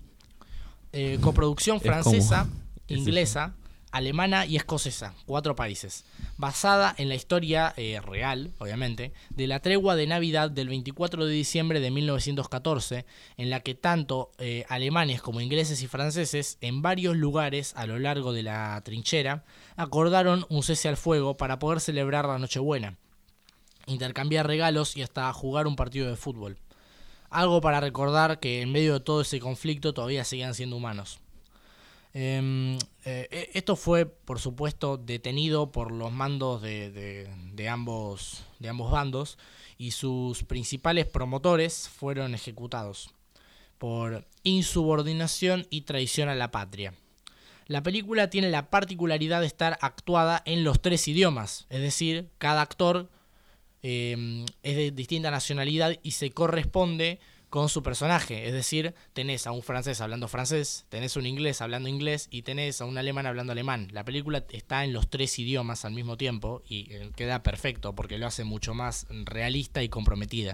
Eh, coproducción
Es
francesa,
como- es
inglesa, alemana y escocesa, cuatro países, basada en la historia eh, real, obviamente, de la tregua de Navidad del veinticuatro de diciembre de mil novecientos catorce, en la que tanto eh, alemanes como ingleses y franceses, en varios lugares a lo largo de la trinchera, acordaron un cese al fuego para poder celebrar la Nochebuena, intercambiar regalos y hasta jugar un partido de fútbol. Algo para recordar que en medio de todo ese conflicto todavía seguían siendo humanos. Eh, eh, esto fue, por supuesto, detenido por los mandos de, de, de, ambos, de ambos bandos y sus principales promotores fueron ejecutados por insubordinación y traición a la patria. La película tiene la particularidad de estar actuada en los tres idiomas, es decir, cada actor Eh, es de distinta nacionalidad y se corresponde con su personaje, es decir, tenés a un francés hablando francés, tenés a un inglés hablando inglés y tenés a un alemán hablando alemán. La película está en los tres idiomas al mismo tiempo y eh, queda perfecto porque lo hace mucho más realista y comprometida.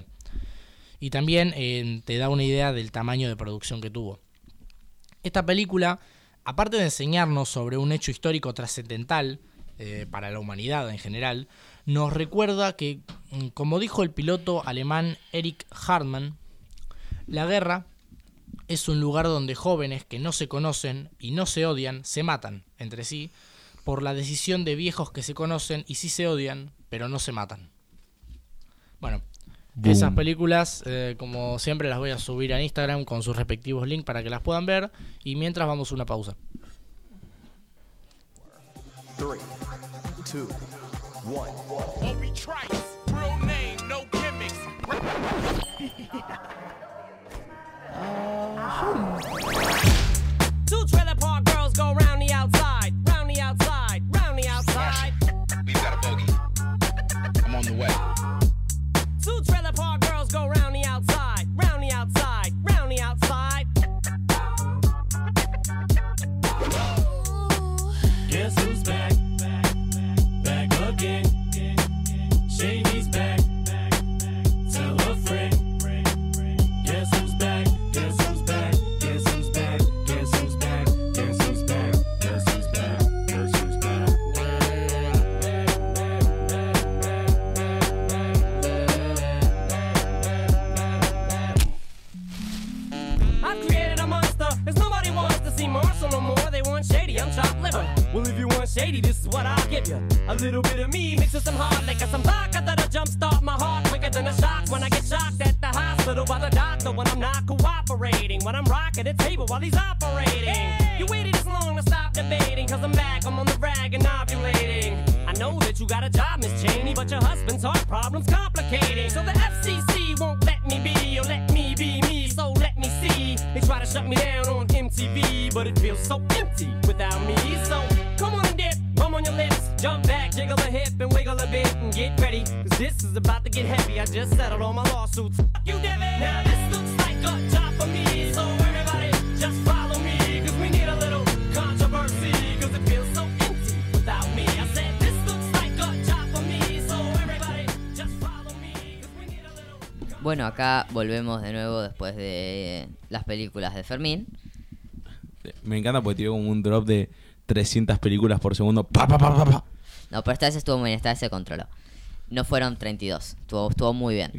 Y también eh, te da una idea del tamaño de producción que tuvo. Esta película, aparte de enseñarnos sobre un hecho histórico trascendental eh, para la humanidad en general, nos recuerda que, como dijo el piloto alemán Erich Hartmann, la guerra es un lugar donde jóvenes que no se conocen y no se odian se matan entre sí por la decisión de viejos que se conocen y sí se odian, pero no se matan. Bueno,
Boom.
esas películas, eh, como siempre, las voy a subir a Instagram con sus respectivos links para que las puedan ver. Y mientras vamos a una pausa.
Three, two, one.
Obi Trice, real name, no gimmicks.
Two trailer park girls go round the outside, round the outside, round the outside.
We've got a bogey. I'm on the way.
Two trailer park girls go round the outside, round the outside, round the outside.
Guess who's back? Back again. Shady's back. Tell a friend. Guess who's back? Guess who's back? Guess who's back? Guess who's back? Guess who's back? Guess who's back? Guess who's back?
I've created a monster, cause nobody wants to see Marshall no more. They want Shady, I'm chopped liver. Well, if you want Shady, this is what I'll give you. A little bit of me mixed with some hard liquor, some vodka that'll jumpstart my heart quicker than a shock when I get shocked at the hospital by the doctor when I'm not cooperating. When I'm rocking the table while he's operating. You waited this long to stop debating, cause I'm back, I'm on the rag and ovulating. I know that you got a job, Miss Cheney, but your husband's heart problem's complicating. So the F C C won't let me be, or let me be me, so let me see. They try to shut me down on M T V, but it feels so empty without me. So come on and dip, bum on your lips, jump back, jiggle a hip and wiggle a bit and get ready, cause this is about to get heavy. I just settled all my lawsuits. Fuck you, Devin. Now this looks like a job for me, so everybody just follow me, cause we need a little controversy, cause it feels so empty without me. I said this looks like a job for me, so everybody just follow me, cause we need a little.
Bueno, acá volvemos de nuevo después de las películas de Fermín.
Me encanta porque tiene como un drop de trescientas películas por segundo. Pa, pa, pa, pa, pa.
No, pero esta vez estuvo muy bien, esta vez se controló. No fueron treinta y dos, estuvo, estuvo muy bien.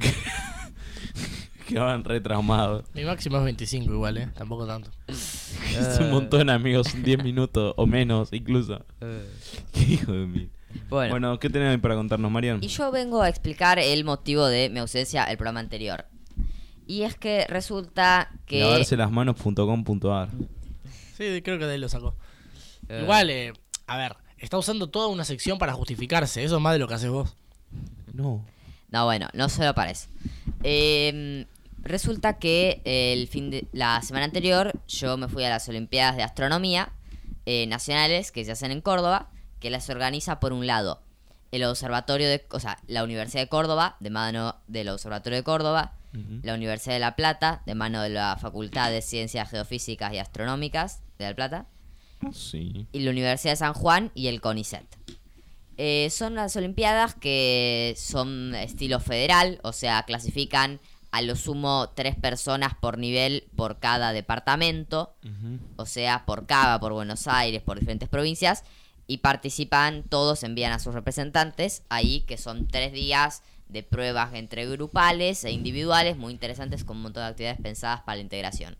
Quedaban re traumados.
Mi máximo es veinticinco igual, ¿eh? Tampoco tanto.
Es un montón, amigos. diez minutos o menos, incluso. Qué hijo de mí.
Bueno,
Bueno, ¿qué tenés para contarnos, Marian?
y yo vengo a explicar el motivo de mi ausencia el programa anterior. Y es que resulta que...
Lavarselasmanos punto com punto a r.
Sí, creo que de ahí lo sacó.
Eh.
Igual, eh, a ver, está usando toda una sección para justificarse. Eso es más de lo que haces vos.
No.
No, bueno, no solo para eso. Eh, resulta que el fin de la semana anterior yo me fui a las Olimpiadas de Astronomía eh, nacionales que se hacen en Córdoba, que las organiza por un lado el Observatorio de, o sea, la Universidad de Córdoba, de mano del Observatorio de Córdoba,
Ujú.
la Universidad de La Plata, de mano de la Facultad de Ciencias Geofísicas y Astronómicas de La Plata,
Sí.
y la Universidad de San Juan y el CONICET. Eh, son las Olimpiadas que son estilo federal, o sea, clasifican a lo sumo tres personas por nivel por cada departamento,
Ujú.
o sea, por Cava, por Buenos Aires, por diferentes provincias, y participan todos, envían a sus representantes ahí, que son tres días de pruebas entre grupales e individuales, muy interesantes, con un montón de actividades pensadas para la integración.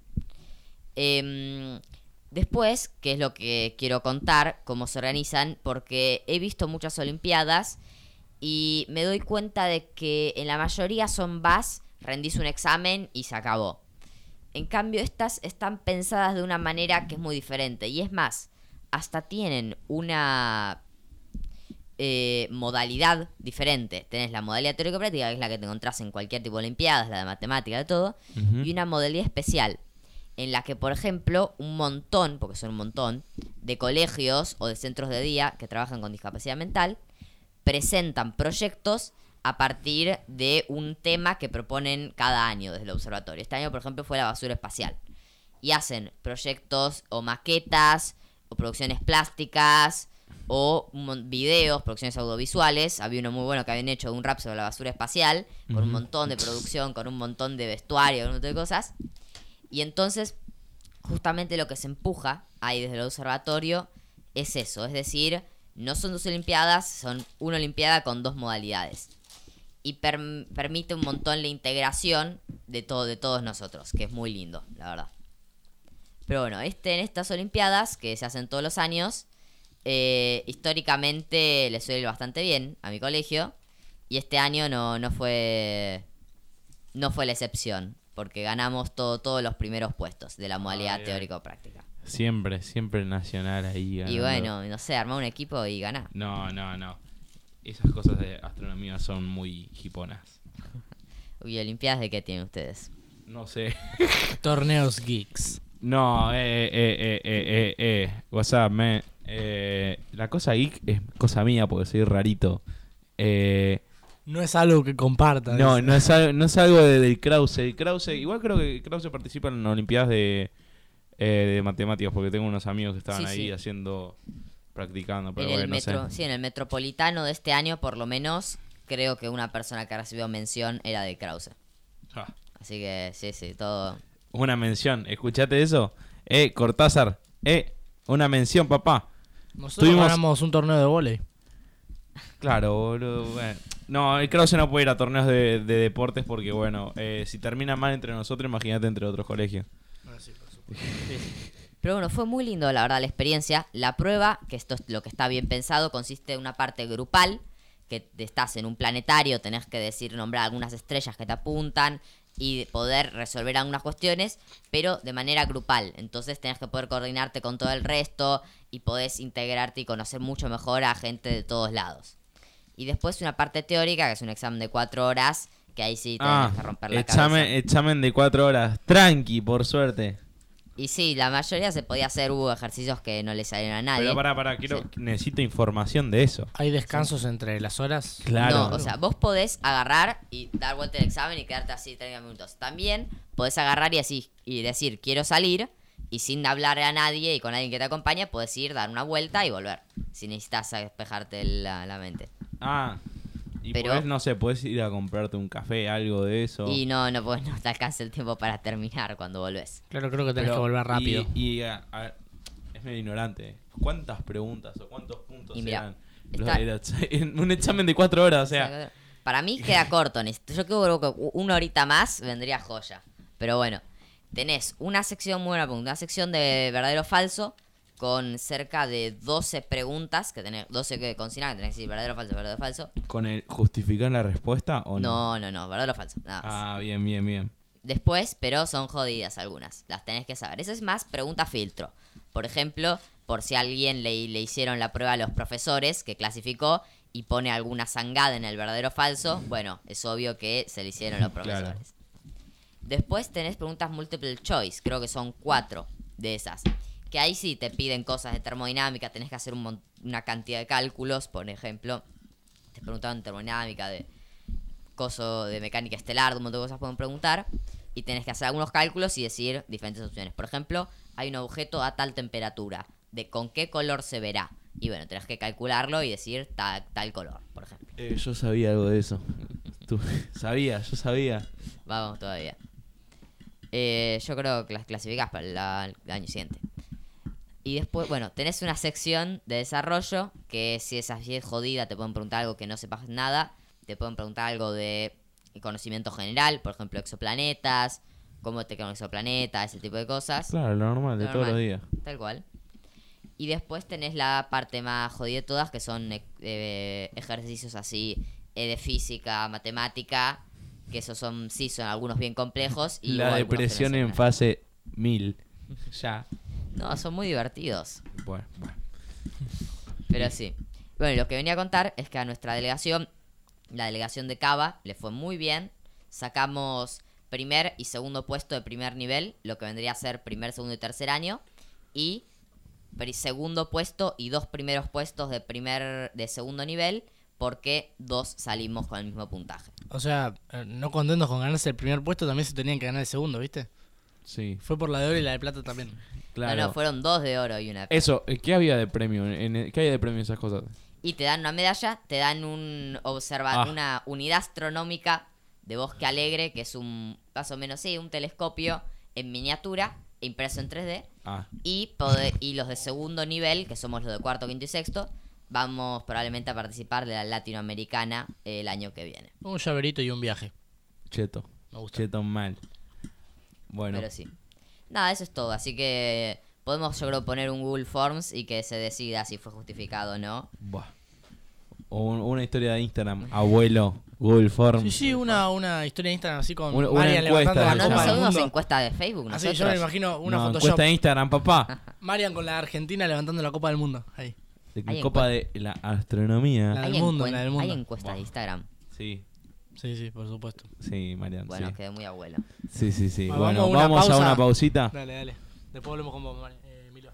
Em, después, que es lo que quiero contar, cómo se organizan, porque he visto muchas olimpiadas y me doy cuenta de que en la mayoría son vas, rendís un examen y se acabó. En cambio, estas están pensadas de una manera que es muy diferente. Y es más, hasta tienen una eh, modalidad diferente. Tenés la modalidad teórico-práctica, que es la que te encontrás en cualquier tipo de olimpiadas, la de matemática, de todo.
Ujú.
Y una modalidad especial, en la que, por ejemplo, un montón, porque son un montón, de colegios o de centros de día que trabajan con discapacidad mental, presentan proyectos a partir de un tema que proponen cada año desde el observatorio. Este año, por ejemplo, fue la basura espacial. Y hacen proyectos o maquetas o producciones plásticas o un mon- videos, producciones audiovisuales. Había uno muy bueno que habían hecho de un rap sobre la basura espacial, con un montón de producción, con un montón de vestuario, con un montón de cosas. Y entonces, justamente lo que se empuja ahí desde el observatorio es eso. Es decir, no son dos olimpiadas, son una olimpiada con dos modalidades. Y perm- permite un montón la integración de, todo, de todos nosotros, que es muy lindo, la verdad. Pero bueno, este, en estas olimpiadas, que se hacen todos los años, eh, históricamente le suele ir bastante bien a mi colegio. Y este año no, no fue no fue la excepción, porque ganamos todo, todos los primeros puestos de la modalidad
bien.
teórico-práctica.
Siempre, siempre nacional ahí.
Y
ganando.
bueno, no sé, armar un equipo y ganar.
No, no, no. Esas cosas de astronomía son muy hiponas.
Uy, ¿olimpiadas de qué tienen ustedes?
No sé.
Torneos geeks.
No, eh, eh, eh, eh, eh, eh. What's up, man? Eh, la cosa geek es cosa mía porque soy rarito. Eh,
No es algo que compartan.
no, no es algo, no es algo de- del Krause. El Krause, igual creo que Krause participa en las Olimpiadas de, eh, de matemáticas porque tengo unos amigos que estaban
Sí,
ahí
sí.
haciendo, practicando, pero
en el
bueno, no
metro,
sé.
sí, en el metropolitano de este año, por lo menos, creo que una persona que ha recibido mención era de Krause.
Ah,
Así que sí, sí, todo.
una mención, ¿escuchaste eso? Eh, Cortázar, eh, una mención, papá.
Nosotros
Tuvimos-
ganamos un torneo de vóley.
Claro, boludo. Bueno. No, el Krause no puede ir a torneos de, de deportes porque, bueno, eh, si termina mal entre nosotros, imagínate entre otros colegios.
Pero bueno, fue muy lindo, la verdad, la experiencia. La prueba, que esto es lo que está bien pensado, consiste en una parte grupal, que estás en un planetario, tenés que decir, nombrar algunas estrellas que te apuntan y poder resolver algunas cuestiones, pero de manera grupal. Entonces tenés que poder coordinarte con todo el resto y podés integrarte y conocer mucho mejor a gente de todos lados. Y después una parte teórica, que es un examen de cuatro horas, que ahí sí tenés
Ah,
que romper la
examen,
cabeza.
examen de cuatro horas. Tranqui, por suerte.
Y sí, la mayoría se podía hacer, hubo ejercicios que no le salieron a nadie.
Pero pará, pará, quiero,
Sí.
necesito información de eso.
¿Hay descansos entre las horas?
Claro.
No, o sea, vos podés agarrar y dar vuelta el examen y quedarte así treinta minutos. También podés agarrar y, así, y decir, quiero salir, y sin hablar a nadie y con alguien que te acompañe, podés ir, dar una vuelta y volver. Si necesitas despejarte la, la mente.
Ah, y
Pero-
podés, no sé, podés ir a comprarte un café, algo de eso.
Y no, no, podés, no te alcanza el tiempo para terminar cuando volvés.
Claro, creo que tenés
Pero-
que volver rápido.
Y, y, a- a- es medio ignorante. ¿Cuántas preguntas o cuántos puntos
Y mira,
eran?
está-
Los- era- en un examen de cuatro horas, o sea.
Para mí queda corto. necesito- Yo creo que una horita más vendría joya. Pero bueno, tenés una sección, muy buena pregunta, una sección de verdadero o falso con cerca de doce preguntas, que tenés doce que consignas, que tenés que decir verdadero o falso, verdadero o falso.
¿Con el justificar la respuesta o no?
No, no, no, verdadero o falso, nada más.
Ah, bien, bien, bien.
Después, pero son jodidas algunas, las tenés que saber. Eso es más pregunta filtro. Por ejemplo, por si a alguien le, le hicieron la prueba a los profesores que clasificó y pone alguna zangada en el verdadero o falso, bueno, es obvio que se le hicieron los
Claro.
profesores. Después tenés preguntas multiple choice, creo que son cuatro de esas. Que ahí sí te piden cosas de termodinámica, tenés que hacer un mon- una cantidad de cálculos, por ejemplo. Te preguntaban termodinámica, de coso de mecánica estelar, de un montón de cosas pueden preguntar. Y tenés que hacer algunos cálculos y decir diferentes opciones. Por ejemplo, hay un objeto a tal temperatura, de con qué color se verá. Y bueno, tenés que calcularlo y decir ta- tal color, por ejemplo.
Eh, yo sabía algo de eso. Tú, sabía, yo sabía.
Vamos todavía. Eh, yo creo que las clasificás para la- el año siguiente. Y después, bueno, tenés una sección de desarrollo que si es así es jodida, te pueden preguntar algo que no sepas nada. Te pueden preguntar algo de conocimiento general, por ejemplo, exoplanetas, cómo te queda un exoplaneta, ese tipo de cosas.
Claro, lo normal, de
Lo
todos los
normal,
días.
Tal cual. Y después tenés la parte más jodida de todas, que son eh, eh, ejercicios así eh, de física, matemática, que esos son, sí, son algunos bien complejos. Y
La
hubo algunos que no
depresión
son
en
nada.
fase mil. Ya.
No, son muy divertidos.
Bueno, bueno.
Pero sí. Bueno, y lo que venía a contar es que a nuestra delegación, la delegación de Cava, le fue muy bien. Sacamos primer y segundo puesto de primer nivel, lo que vendría a ser primer, segundo y tercer año. Y pri- segundo puesto y dos primeros puestos de primer de segundo nivel, porque dos salimos con el mismo puntaje.
O sea, eh, no contentos con ganarse el primer puesto, también se tenían que ganar el segundo, ¿viste?
Sí,
Fue por la de oro y la de plata también.
claro.
No, no, fueron dos de oro y una de plata.
Eso, eh, ¿qué había de premio? En, en- ¿Qué hay de premio en esas cosas?
Y te dan una medalla, te dan un observa
Ah.
una unidad astronómica de Bosque Alegre, que es un, más o menos, sí, un telescopio en miniatura, impreso en tres D.
Ah,
Y, pode- y los de segundo nivel, que somos los de cuarto, quinto y sexto, vamos probablemente a participar de la latinoamericana el año que viene.
Un llaverito y un viaje.
cheto.
Me gusta.
Cheto mal. Bueno,
Pero sí. Nada, eso es todo. Así que podemos, yo creo, poner un Google Forms y que se decida si fue justificado o no.
buah. O un- una historia de Instagram, abuelo, Google Forms.
Sí, sí, una, una historia de Instagram así con
Una- una
Marian
encuesta
levantando
de
la
Bueno,
esa.
copa
no
del
somos
mundo.
encuesta de Facebook,
Así
nosotros.
yo me imagino una
no,
Photoshop.
encuesta de Instagram, papá.
Marian con la Argentina levantando la copa del mundo. Ahí.
De
Hay
Copa de la Astronomía.
La-
Hay,
del mundo,
encuen-
la del mundo.
hay encuesta de Instagram.
Sí,
Sí, sí, por supuesto.
sí, Marian.
Bueno,
sí.
quedé muy abuelo.
sí, sí, sí.
Bueno,
Bueno,
vamos a una
vamos a
pausa.
una pausita.
Dale, dale. Después volvemos con vos, Marian. Eh, Milo.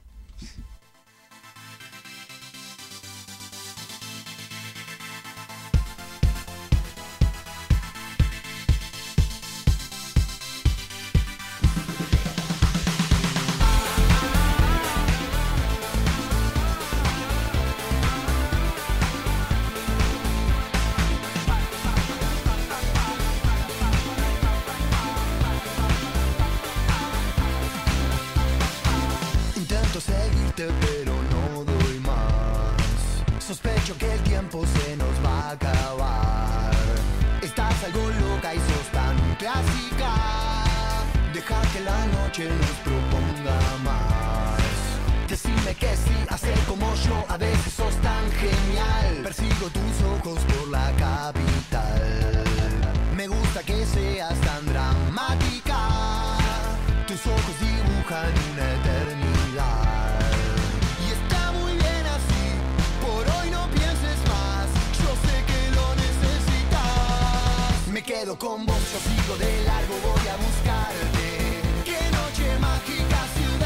Intento seguirte pero no doy más. Sospecho que el tiempo se nos va a acabar. Estás algo loca y sos tan clásica. Deja que la noche nos proponga más. Decime que sí, hacer como yo, a veces sos tan genial. Persigo tus ojos por la capital. Me gusta que seas tan dramática. Tus ojos dibujan una eternidad. Y está muy bien así, por hoy no pienses más. Yo sé que lo necesitas. Me quedo con vos, yo sigo de largo, voy a buscarte. Qué noche mágica, ciudad.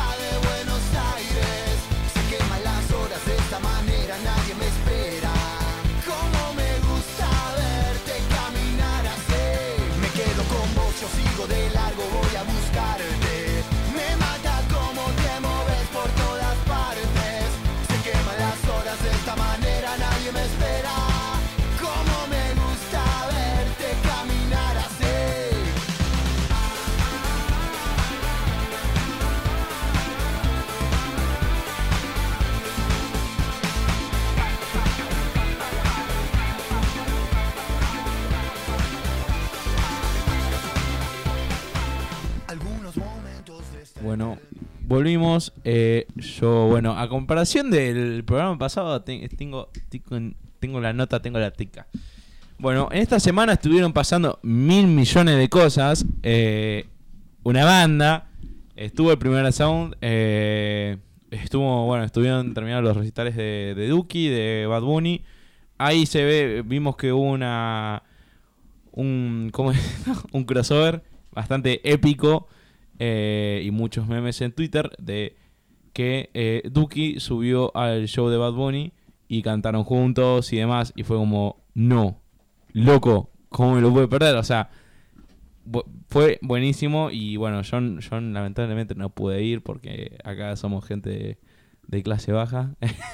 Bueno, volvimos. Eh, yo, bueno, a comparación del programa pasado, te- tengo, tengo, tengo la nota, tengo la tica. Bueno, en esta semana estuvieron pasando mil millones de cosas. Eh, una banda, estuvo el primer sound, eh, estuvo, bueno, estuvieron terminados los recitales de, de Duki, de Bad Bunny. Ahí se ve, vimos que hubo una, un, ¿cómo es? un crossover bastante épico. Eh, y muchos memes en Twitter de que eh, Duki subió al show de Bad Bunny y cantaron juntos y demás, y fue como, no, loco, ¿cómo me lo pude perder? O sea, bu- fue buenísimo. Y bueno, yo, yo lamentablemente no pude ir porque acá somos gente de, de clase baja.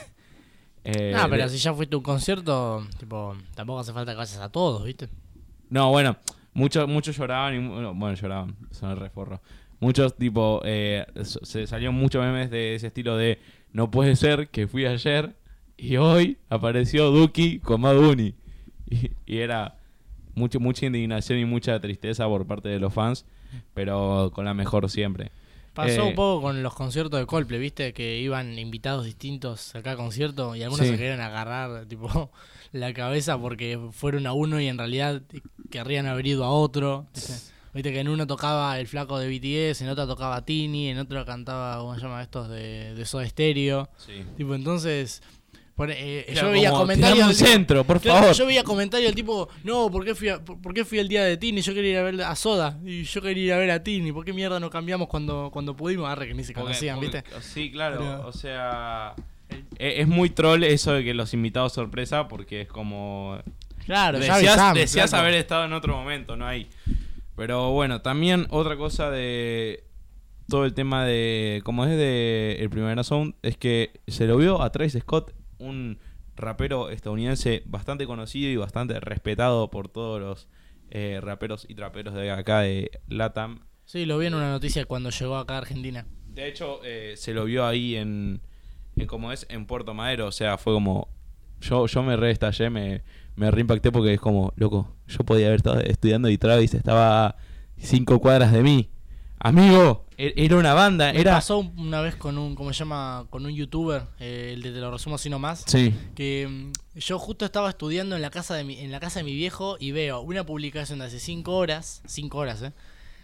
eh,
No, pero
de-
si ya fuiste a un concierto, tipo, tampoco hace falta que vayas a todos, ¿viste?
No, bueno, muchos muchos lloraban y bueno, bueno, lloraban, son el reforro. Muchos tipo eh, se salieron muchos memes de ese estilo de no puede ser que fui ayer y hoy apareció Duki con Bad Bunny. Y, y era mucho, mucha indignación y mucha tristeza por parte de los fans, pero con la mejor siempre.
Pasó
Eh,
un poco con los conciertos de Coldplay, ¿viste? Que iban invitados distintos a cada concierto y algunos
Sí.
se querían agarrar, tipo, la cabeza porque fueron a uno y en realidad querrían haber ido a otro. ¿Viste? Viste que en uno tocaba el flaco de B T S, en otro tocaba Tini, en otro cantaba, ¿cómo se llama estos? De, de Soda Stereo.
Sí.
Tipo, entonces, por- eh,
Era
yo veía
como,
comentarios
tirame un
del tipo-
centro, por
Claro,
favor.
yo veía comentarios del tipo, no, ¿por qué, fui a, por, por qué fui el día de Tini? Yo quería ir a ver a Soda y yo quería ir a ver a Tini. ¿Por qué mierda no cambiamos cuando, cuando pudimos? Arre, que ni se
Porque-
conocían,
porque-
¿viste?
Sí, claro,
Pero-
o sea, e- es muy troll eso de que los invitados sorpresa, porque es como
Claro, ya
deseas,
avisame,
deseas
flaco.
haber estado en otro momento, no hay. Pero bueno, también otra cosa de todo el tema de como es de el primer sound es que se lo vio a Travis Scott, un rapero estadounidense bastante conocido y bastante respetado por todos los eh, raperos y traperos de acá de LATAM.
Sí, lo vi en una noticia cuando llegó acá a Argentina.
De hecho, eh, se lo vio ahí en, en como es, en Puerto Madero. O sea, fue como... Yo, yo me re estallé, me, me reimpacté porque es como, loco, yo podía haber estado estudiando y Travis estaba a cinco cuadras de mí. Amigo, e- era una banda,
Me
era...
pasó una vez con un, ¿cómo se llama? Con un youtuber, eh, el de Te lo resumo así nomás.
Sí,
Que mm, yo justo estaba estudiando en la casa de mi, en la casa de mi viejo y veo una publicación de hace cinco horas, cinco horas, eh,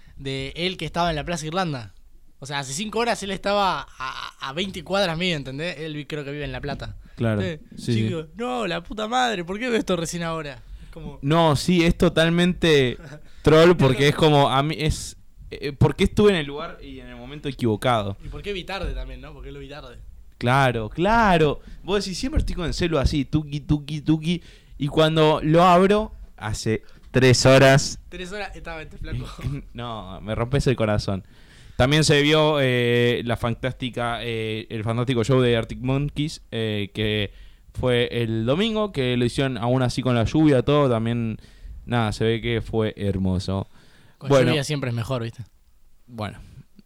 de él que estaba en la Plaza Irlanda. O sea, hace cinco horas él estaba a, a veinte cuadras mío, ¿entendés? Él vi- creo que vive en La Plata.
claro.
Eh,
Sí,
yo
sí.
digo, no, la puta madre, ¿por qué veo esto recién ahora? Es como,
No, sí, es totalmente troll porque es como, a mí es... Eh, porque estuve en el lugar y en el momento equivocado.
¿y por qué vi tarde también, no? ¿Por qué lo vi tarde?
Claro, claro. Vos decís, siempre estoy con el celu así, tuki, tuki, tuki. Y cuando lo abro, hace tres horas.
Tres horas estaba este flaco.
No, me rompes el corazón. También se vio eh, la fantástica, eh, el fantástico show de Arctic Monkeys, eh, que fue el domingo, que lo hicieron aún así con la lluvia, todo. También, nada, se ve que fue hermoso.
Con
Bueno.
lluvia siempre es mejor, ¿viste?
Bueno,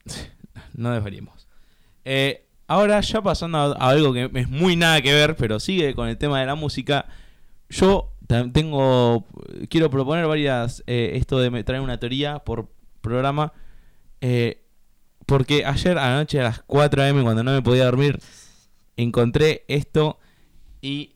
no deberíamos. Eh, ahora ya pasando a, a algo que es muy nada que ver, pero sigue con el tema de la música. Yo tam- tengo, quiero proponer varias, eh, esto de me- traer una teoría por programa. Eh, porque ayer anoche a las cuatro eme, cuando no me podía dormir, encontré esto y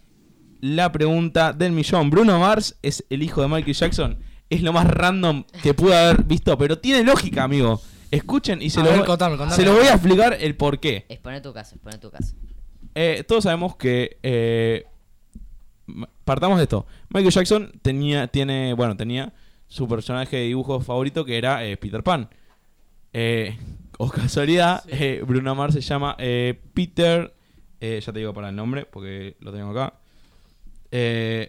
la pregunta del millón. ¿Bruno Mars es el hijo de Michael Jackson? Es lo más random que pude haber visto, pero tiene lógica, amigo. Escuchen y se,
A
lo,
ver,
voy-
contame, contame.
se lo voy a explicar el por qué.
Expone tu caso, expone tu caso.
Eh, todos sabemos que eh, m- partamos de esto. Michael Jackson tenía, tiene, bueno, tenía su personaje de dibujo favorito que era eh, Peter Pan. Eh, o casualidad,
Sí.
eh, Bruno Mars se llama eh, Peter. eh, ya te digo para el nombre porque lo tengo acá. Eh,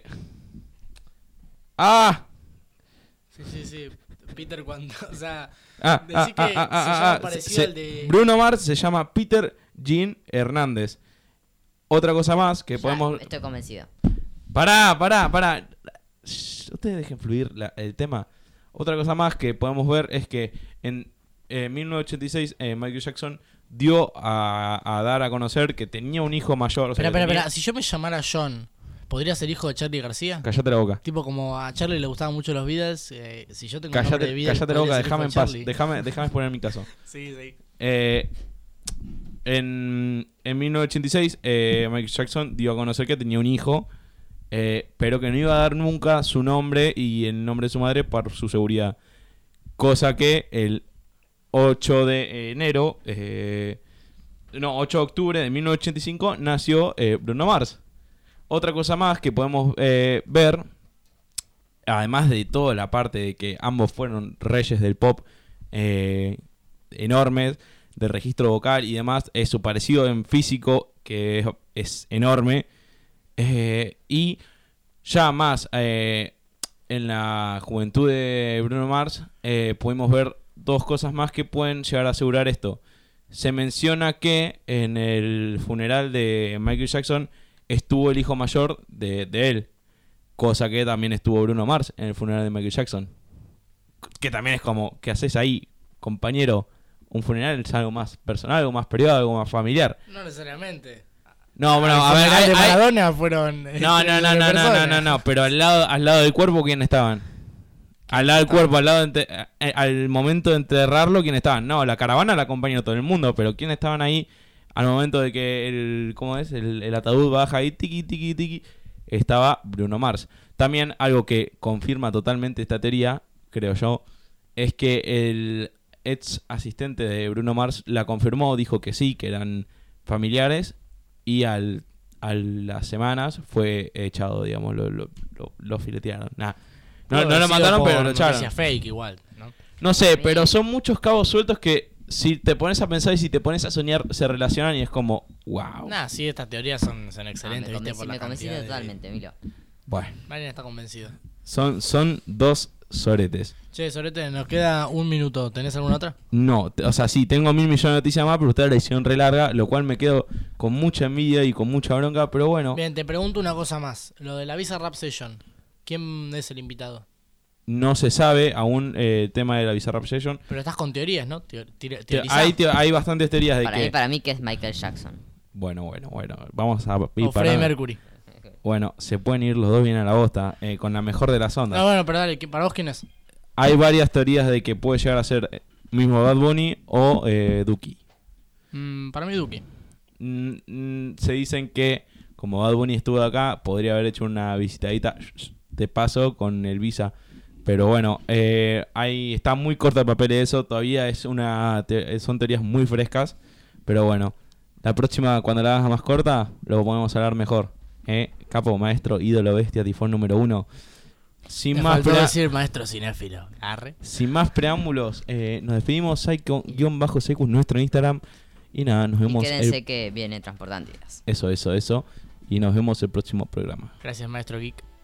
ah,
Sí, sí, sí. Peter cuando, o sea,
Ah,
decí
ah,
que
ah,
se
ah, ah,
llama
ah,
parecido
se-
al de...
Bruno Mars se llama Peter Jean Hernández. Otra cosa más que
Ya,
podemos...
Estoy convencido.
Pará, pará, pará. Shh, ustedes dejen fluir la- el tema. Otra cosa más que podemos ver es que en eh, mil novecientos ochenta y seis eh, Michael Jackson dio a, a dar a conocer que tenía un hijo mayor. O sea,
Espera,
que
espera,
tenía-
espera. Si yo me llamara John, ¿podría ser hijo de Charlie García?
Cállate la boca.
Tipo como a Charlie le gustaban mucho los Beatles, eh, si yo tengo un nombre de
Cállate,
Beatles,
cállate la boca,
¿podría ser hijo
déjame
de
en paz.
Charlie?
Déjame, déjame exponer mi caso.
Sí, sí.
Eh, en, en mil novecientos ochenta y seis, eh, Michael Jackson dio a conocer que tenía un hijo, eh, pero que no iba a dar nunca su nombre y el nombre de su madre por su seguridad. Cosa que el ocho de enero, eh, no, ocho de octubre de mil novecientos ochenta y cinco nació eh, Bruno Mars. Otra cosa más que podemos eh, ver, además de toda la parte de que ambos fueron reyes del pop eh, enormes, de registro vocal y demás, es su parecido en físico, que es, es enorme. Eh, y ya más eh, en la juventud de Bruno Mars, eh, podemos ver dos cosas más que pueden llegar a asegurar esto. Se menciona que en el funeral de Michael Jackson estuvo el hijo mayor de, de él, cosa que también estuvo Bruno Mars en el funeral de Michael Jackson. Que también es como, ¿qué haces ahí, compañero? Un funeral es algo más personal, algo más privado, algo más familiar.
No necesariamente.
No, bueno,
Al
a ver,
funeral
hay-
de
hay-
Maradona fueron.
No,
este,
no, no,
de
no, no, no,
personas.
no, no, pero al lado, al lado del cuerpo, ¿quién estaban? Al lado del cuerpo, al lado de ente- eh, al momento de enterrarlo, ¿quién estaban? No, la caravana la acompañó todo el mundo, pero ¿quién estaban ahí al momento de que el, ¿cómo es? El, el ataúd baja ahí, tiqui, tiqui, tiqui, estaba Bruno Mars. También algo que confirma totalmente esta teoría, creo yo, es que el ex asistente de Bruno Mars la confirmó, dijo que sí, que eran familiares, y al, a las semanas fue echado, digamos, lo, lo, lo, lo filetearon. Nah. No,
Pudo
no
haber
lo
sido
mataron,
por
pero lo echaron.
noticia fake igual, ¿no?
No sé, pero son muchos cabos sueltos que si te pones a pensar y si te pones a soñar se relacionan y es como, wow.
Nah, sí, estas teorías son, son
Ah,
excelentes,
me
¿viste?
convencí-
Por la
me convenciste
cantidad de-
totalmente, Milo.
Bueno,
Marian está convencido.
son, son dos soretes.
Che, Sorete, nos queda un minuto. ¿Tenés alguna otra?
No, te- o sea, sí, tengo mil millones de noticias más, pero ustedes la hicieron re larga, lo cual me quedo con mucha envidia y con mucha bronca, pero bueno,
Bien, te pregunto una cosa más. Lo de la Visa Rap Session. ¿Quién es el invitado?
no se sabe aún eh, el tema de la Bizarrap Session.
Pero estás con teorías, ¿no? Teo- tire-
Te-
teorizá.
Hay, teo- hay bastantes teorías de
Para
que...
mí, para mí que es Michael Jackson.
Bueno, bueno, bueno, vamos a ir
O Freddie
parando.
Mercury.
Bueno, se pueden ir los dos bien a la bosta, eh, con la mejor de las ondas.
No, bueno, pero dale, ¿qué- ¿para vos quién es?
Hay varias teorías de que puede llegar a ser eh, mismo Bad Bunny o eh, Duki.
Mm, para mí, Duki.
Mm, mm, se dicen que como Bad Bunny estuvo acá, podría haber hecho una visitadita de paso con el Visa. Pero bueno, eh, ahí está muy corto el papel de eso. Todavía es una te- son teorías muy frescas. Pero bueno, la próxima, cuando la hagas más corta, lo podemos hablar mejor. ¿eh? Capo, maestro, ídolo, bestia, tifón número uno. Sin
Me
más,
faltó
prea-
decir maestro cinéfilo. Arre.
sin más preámbulos, eh, nos despedimos. Psycho-Secus, nuestro Instagram. Y nada, nos
Y
vemos.
quédense
el-
que viene Transportantes.
Eso, eso, eso. Y nos vemos el próximo programa.
Gracias, maestro Geek.